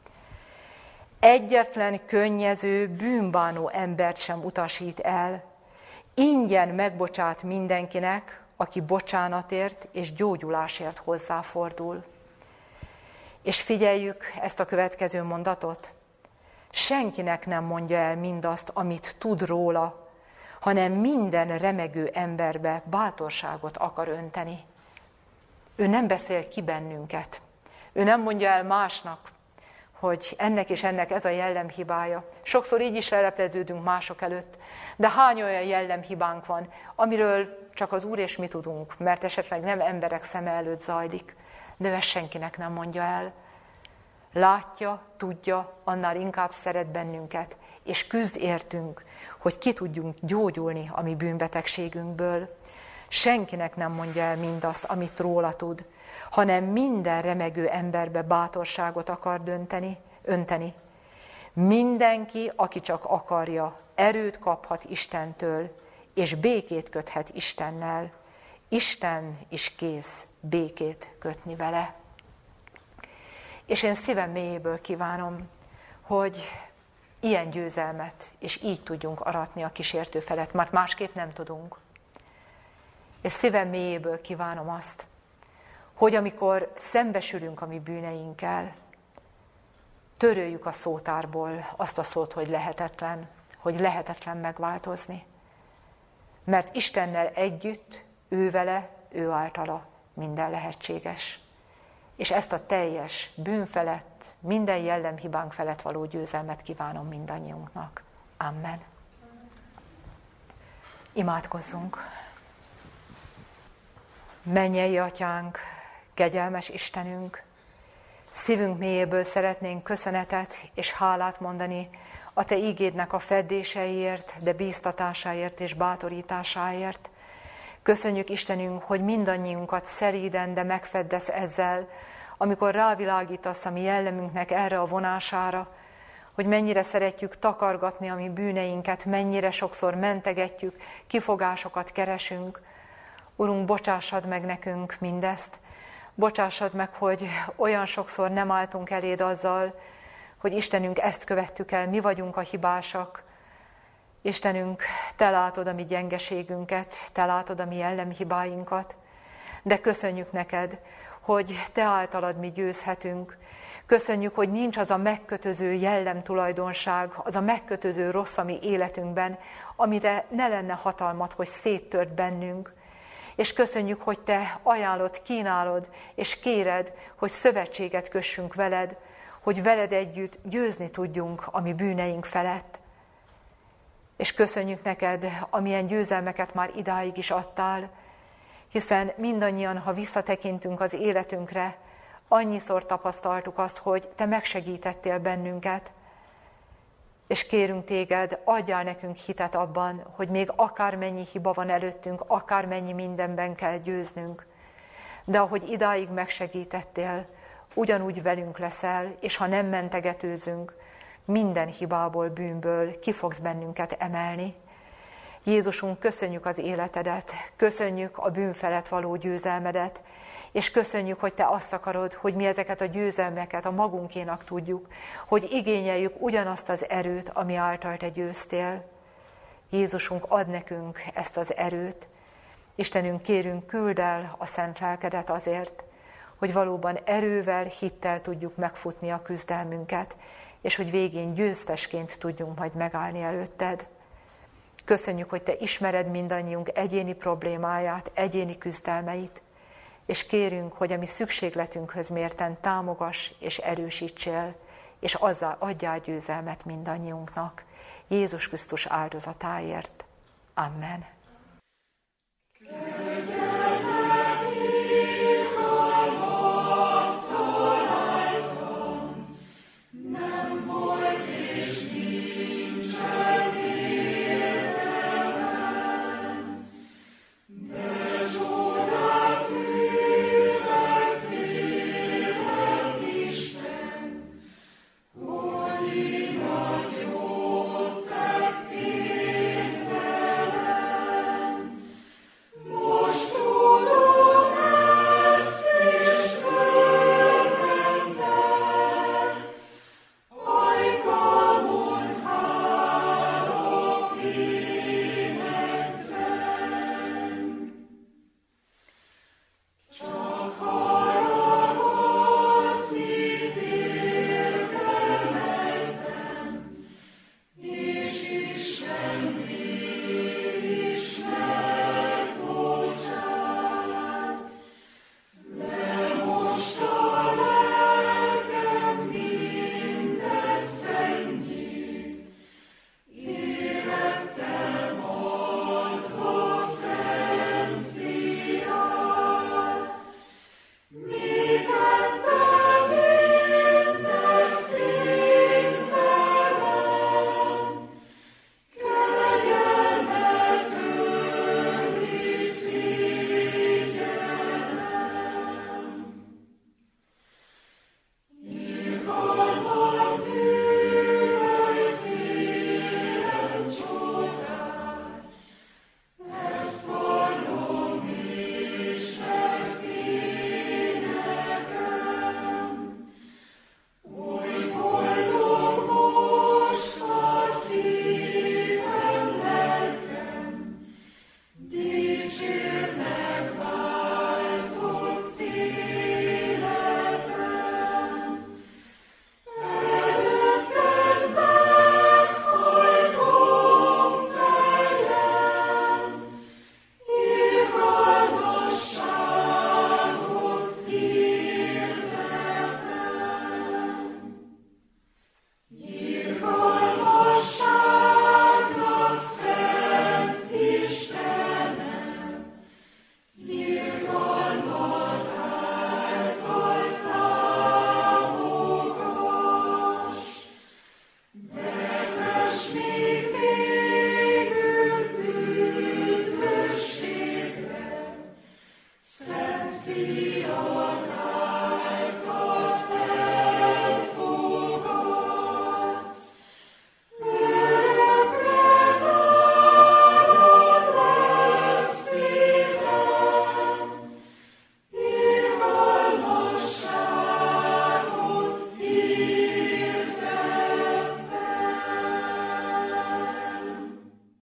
Egyetlen könnyező, bűnbánó embert sem utasít el, ingyen megbocsát mindenkinek, aki bocsánatért és gyógyulásért hozzáfordul. És figyeljük ezt a következő mondatot. Senkinek nem mondja el mindazt, amit tud róla, hanem minden remegő emberbe bátorságot akar önteni. Ő nem beszél ki bennünket. Ő nem mondja el másnak, hogy ennek és ennek ez a jellemhibája. Sokszor így is lelepleződünk mások előtt, de hány olyan jellemhibánk van, amiről csak az Úr és mi tudunk, mert esetleg nem emberek szeme előtt zajlik, de ezt senkinek nem mondja el. Látja, tudja, annál inkább szeret bennünket, és küzd értünk, hogy ki tudjunk gyógyulni a mi bűnbetegségünkből. Senkinek nem mondja el mindazt, amit róla tud, hanem minden remegő emberbe bátorságot akar önteni. Mindenki, aki csak akarja, erőt kaphat Istentől, és békét köthet Istennel. Isten is kész békét kötni vele. És én szívem mélyéből kívánom, hogy ilyen győzelmet, és így tudjunk aratni a kísértő felett, mert másképp nem tudunk. És szívem mélyéből kívánom azt, hogy amikor szembesülünk a mi bűneinkkel, töröljük a szótárból azt a szót, hogy lehetetlen megváltozni. Mert Istennel együtt, ő vele, ő általa minden lehetséges. És ezt a teljes bűn felett, minden jellemhibánk felett való győzelmet kívánom mindannyiunknak. Amen. Imádkozzunk. Mennyei Atyánk, kegyelmes Istenünk, szívünk mélyéből szeretnénk köszönetet és hálát mondani a Te ígédnek a feddéseiért, de bíztatásáért és bátorításáért. Köszönjük Istenünk, hogy mindannyiunkat szeríden, de megfeddesz ezzel, amikor rávilágítasz a mi jellemünknek erre a vonására, hogy mennyire szeretjük takargatni a mi bűneinket, mennyire sokszor mentegetjük, kifogásokat keresünk. Urunk, bocsássad meg nekünk mindezt. Bocsássad meg, hogy olyan sokszor nem álltunk eléd azzal, hogy Istenünk, ezt követtük el, mi vagyunk a hibásak. Istenünk, Te látod a mi gyengeségünket, Te látod a mi jellemhibáinkat, de köszönjük neked, hogy Te általad mi győzhetünk. Köszönjük, hogy nincs az a megkötöző jellemtulajdonság, az a megkötöző rossz a mi életünkben, amire ne lenne hatalmad, hogy széttört bennünk. És köszönjük, hogy Te ajánlod, kínálod, és kéred, hogy szövetséget kössünk veled, hogy veled együtt győzni tudjunk a mi bűneink felett. És köszönjük neked, amilyen győzelmeket már idáig is adtál, hiszen mindannyian, ha visszatekintünk az életünkre, annyiszor tapasztaltuk azt, hogy Te megsegítettél bennünket, és kérünk Téged, adjál nekünk hitet abban, hogy még akármennyi hiba van előttünk, akármennyi mindenben kell győznünk, de ahogy idáig megsegítettél, ugyanúgy velünk leszel, és ha nem mentegetőzünk, minden hibából, bűnből ki fogsz bennünket emelni. Jézusunk, köszönjük az életedet, köszönjük a bűn felett való győzelmedet, és köszönjük, hogy Te azt akarod, hogy mi ezeket a győzelmeket a magunkénak tudjuk, hogy igényeljük ugyanazt az erőt, ami által Te győztél. Jézusunk, ad nekünk ezt az erőt. Istenünk, kérünk, küld el a szent lelkedet azért, hogy valóban erővel, hittel tudjuk megfutni a küzdelmünket, és hogy végén győztesként tudjunk majd megállni előtted. Köszönjük, hogy Te ismered mindannyiunk egyéni problémáját, egyéni küzdelmeit, és kérünk, hogy a mi szükségletünkhöz mérten támogass és erősítsél, és azzal adjál győzelmet mindannyiunknak. Jézus Krisztus áldozatáért. Amen.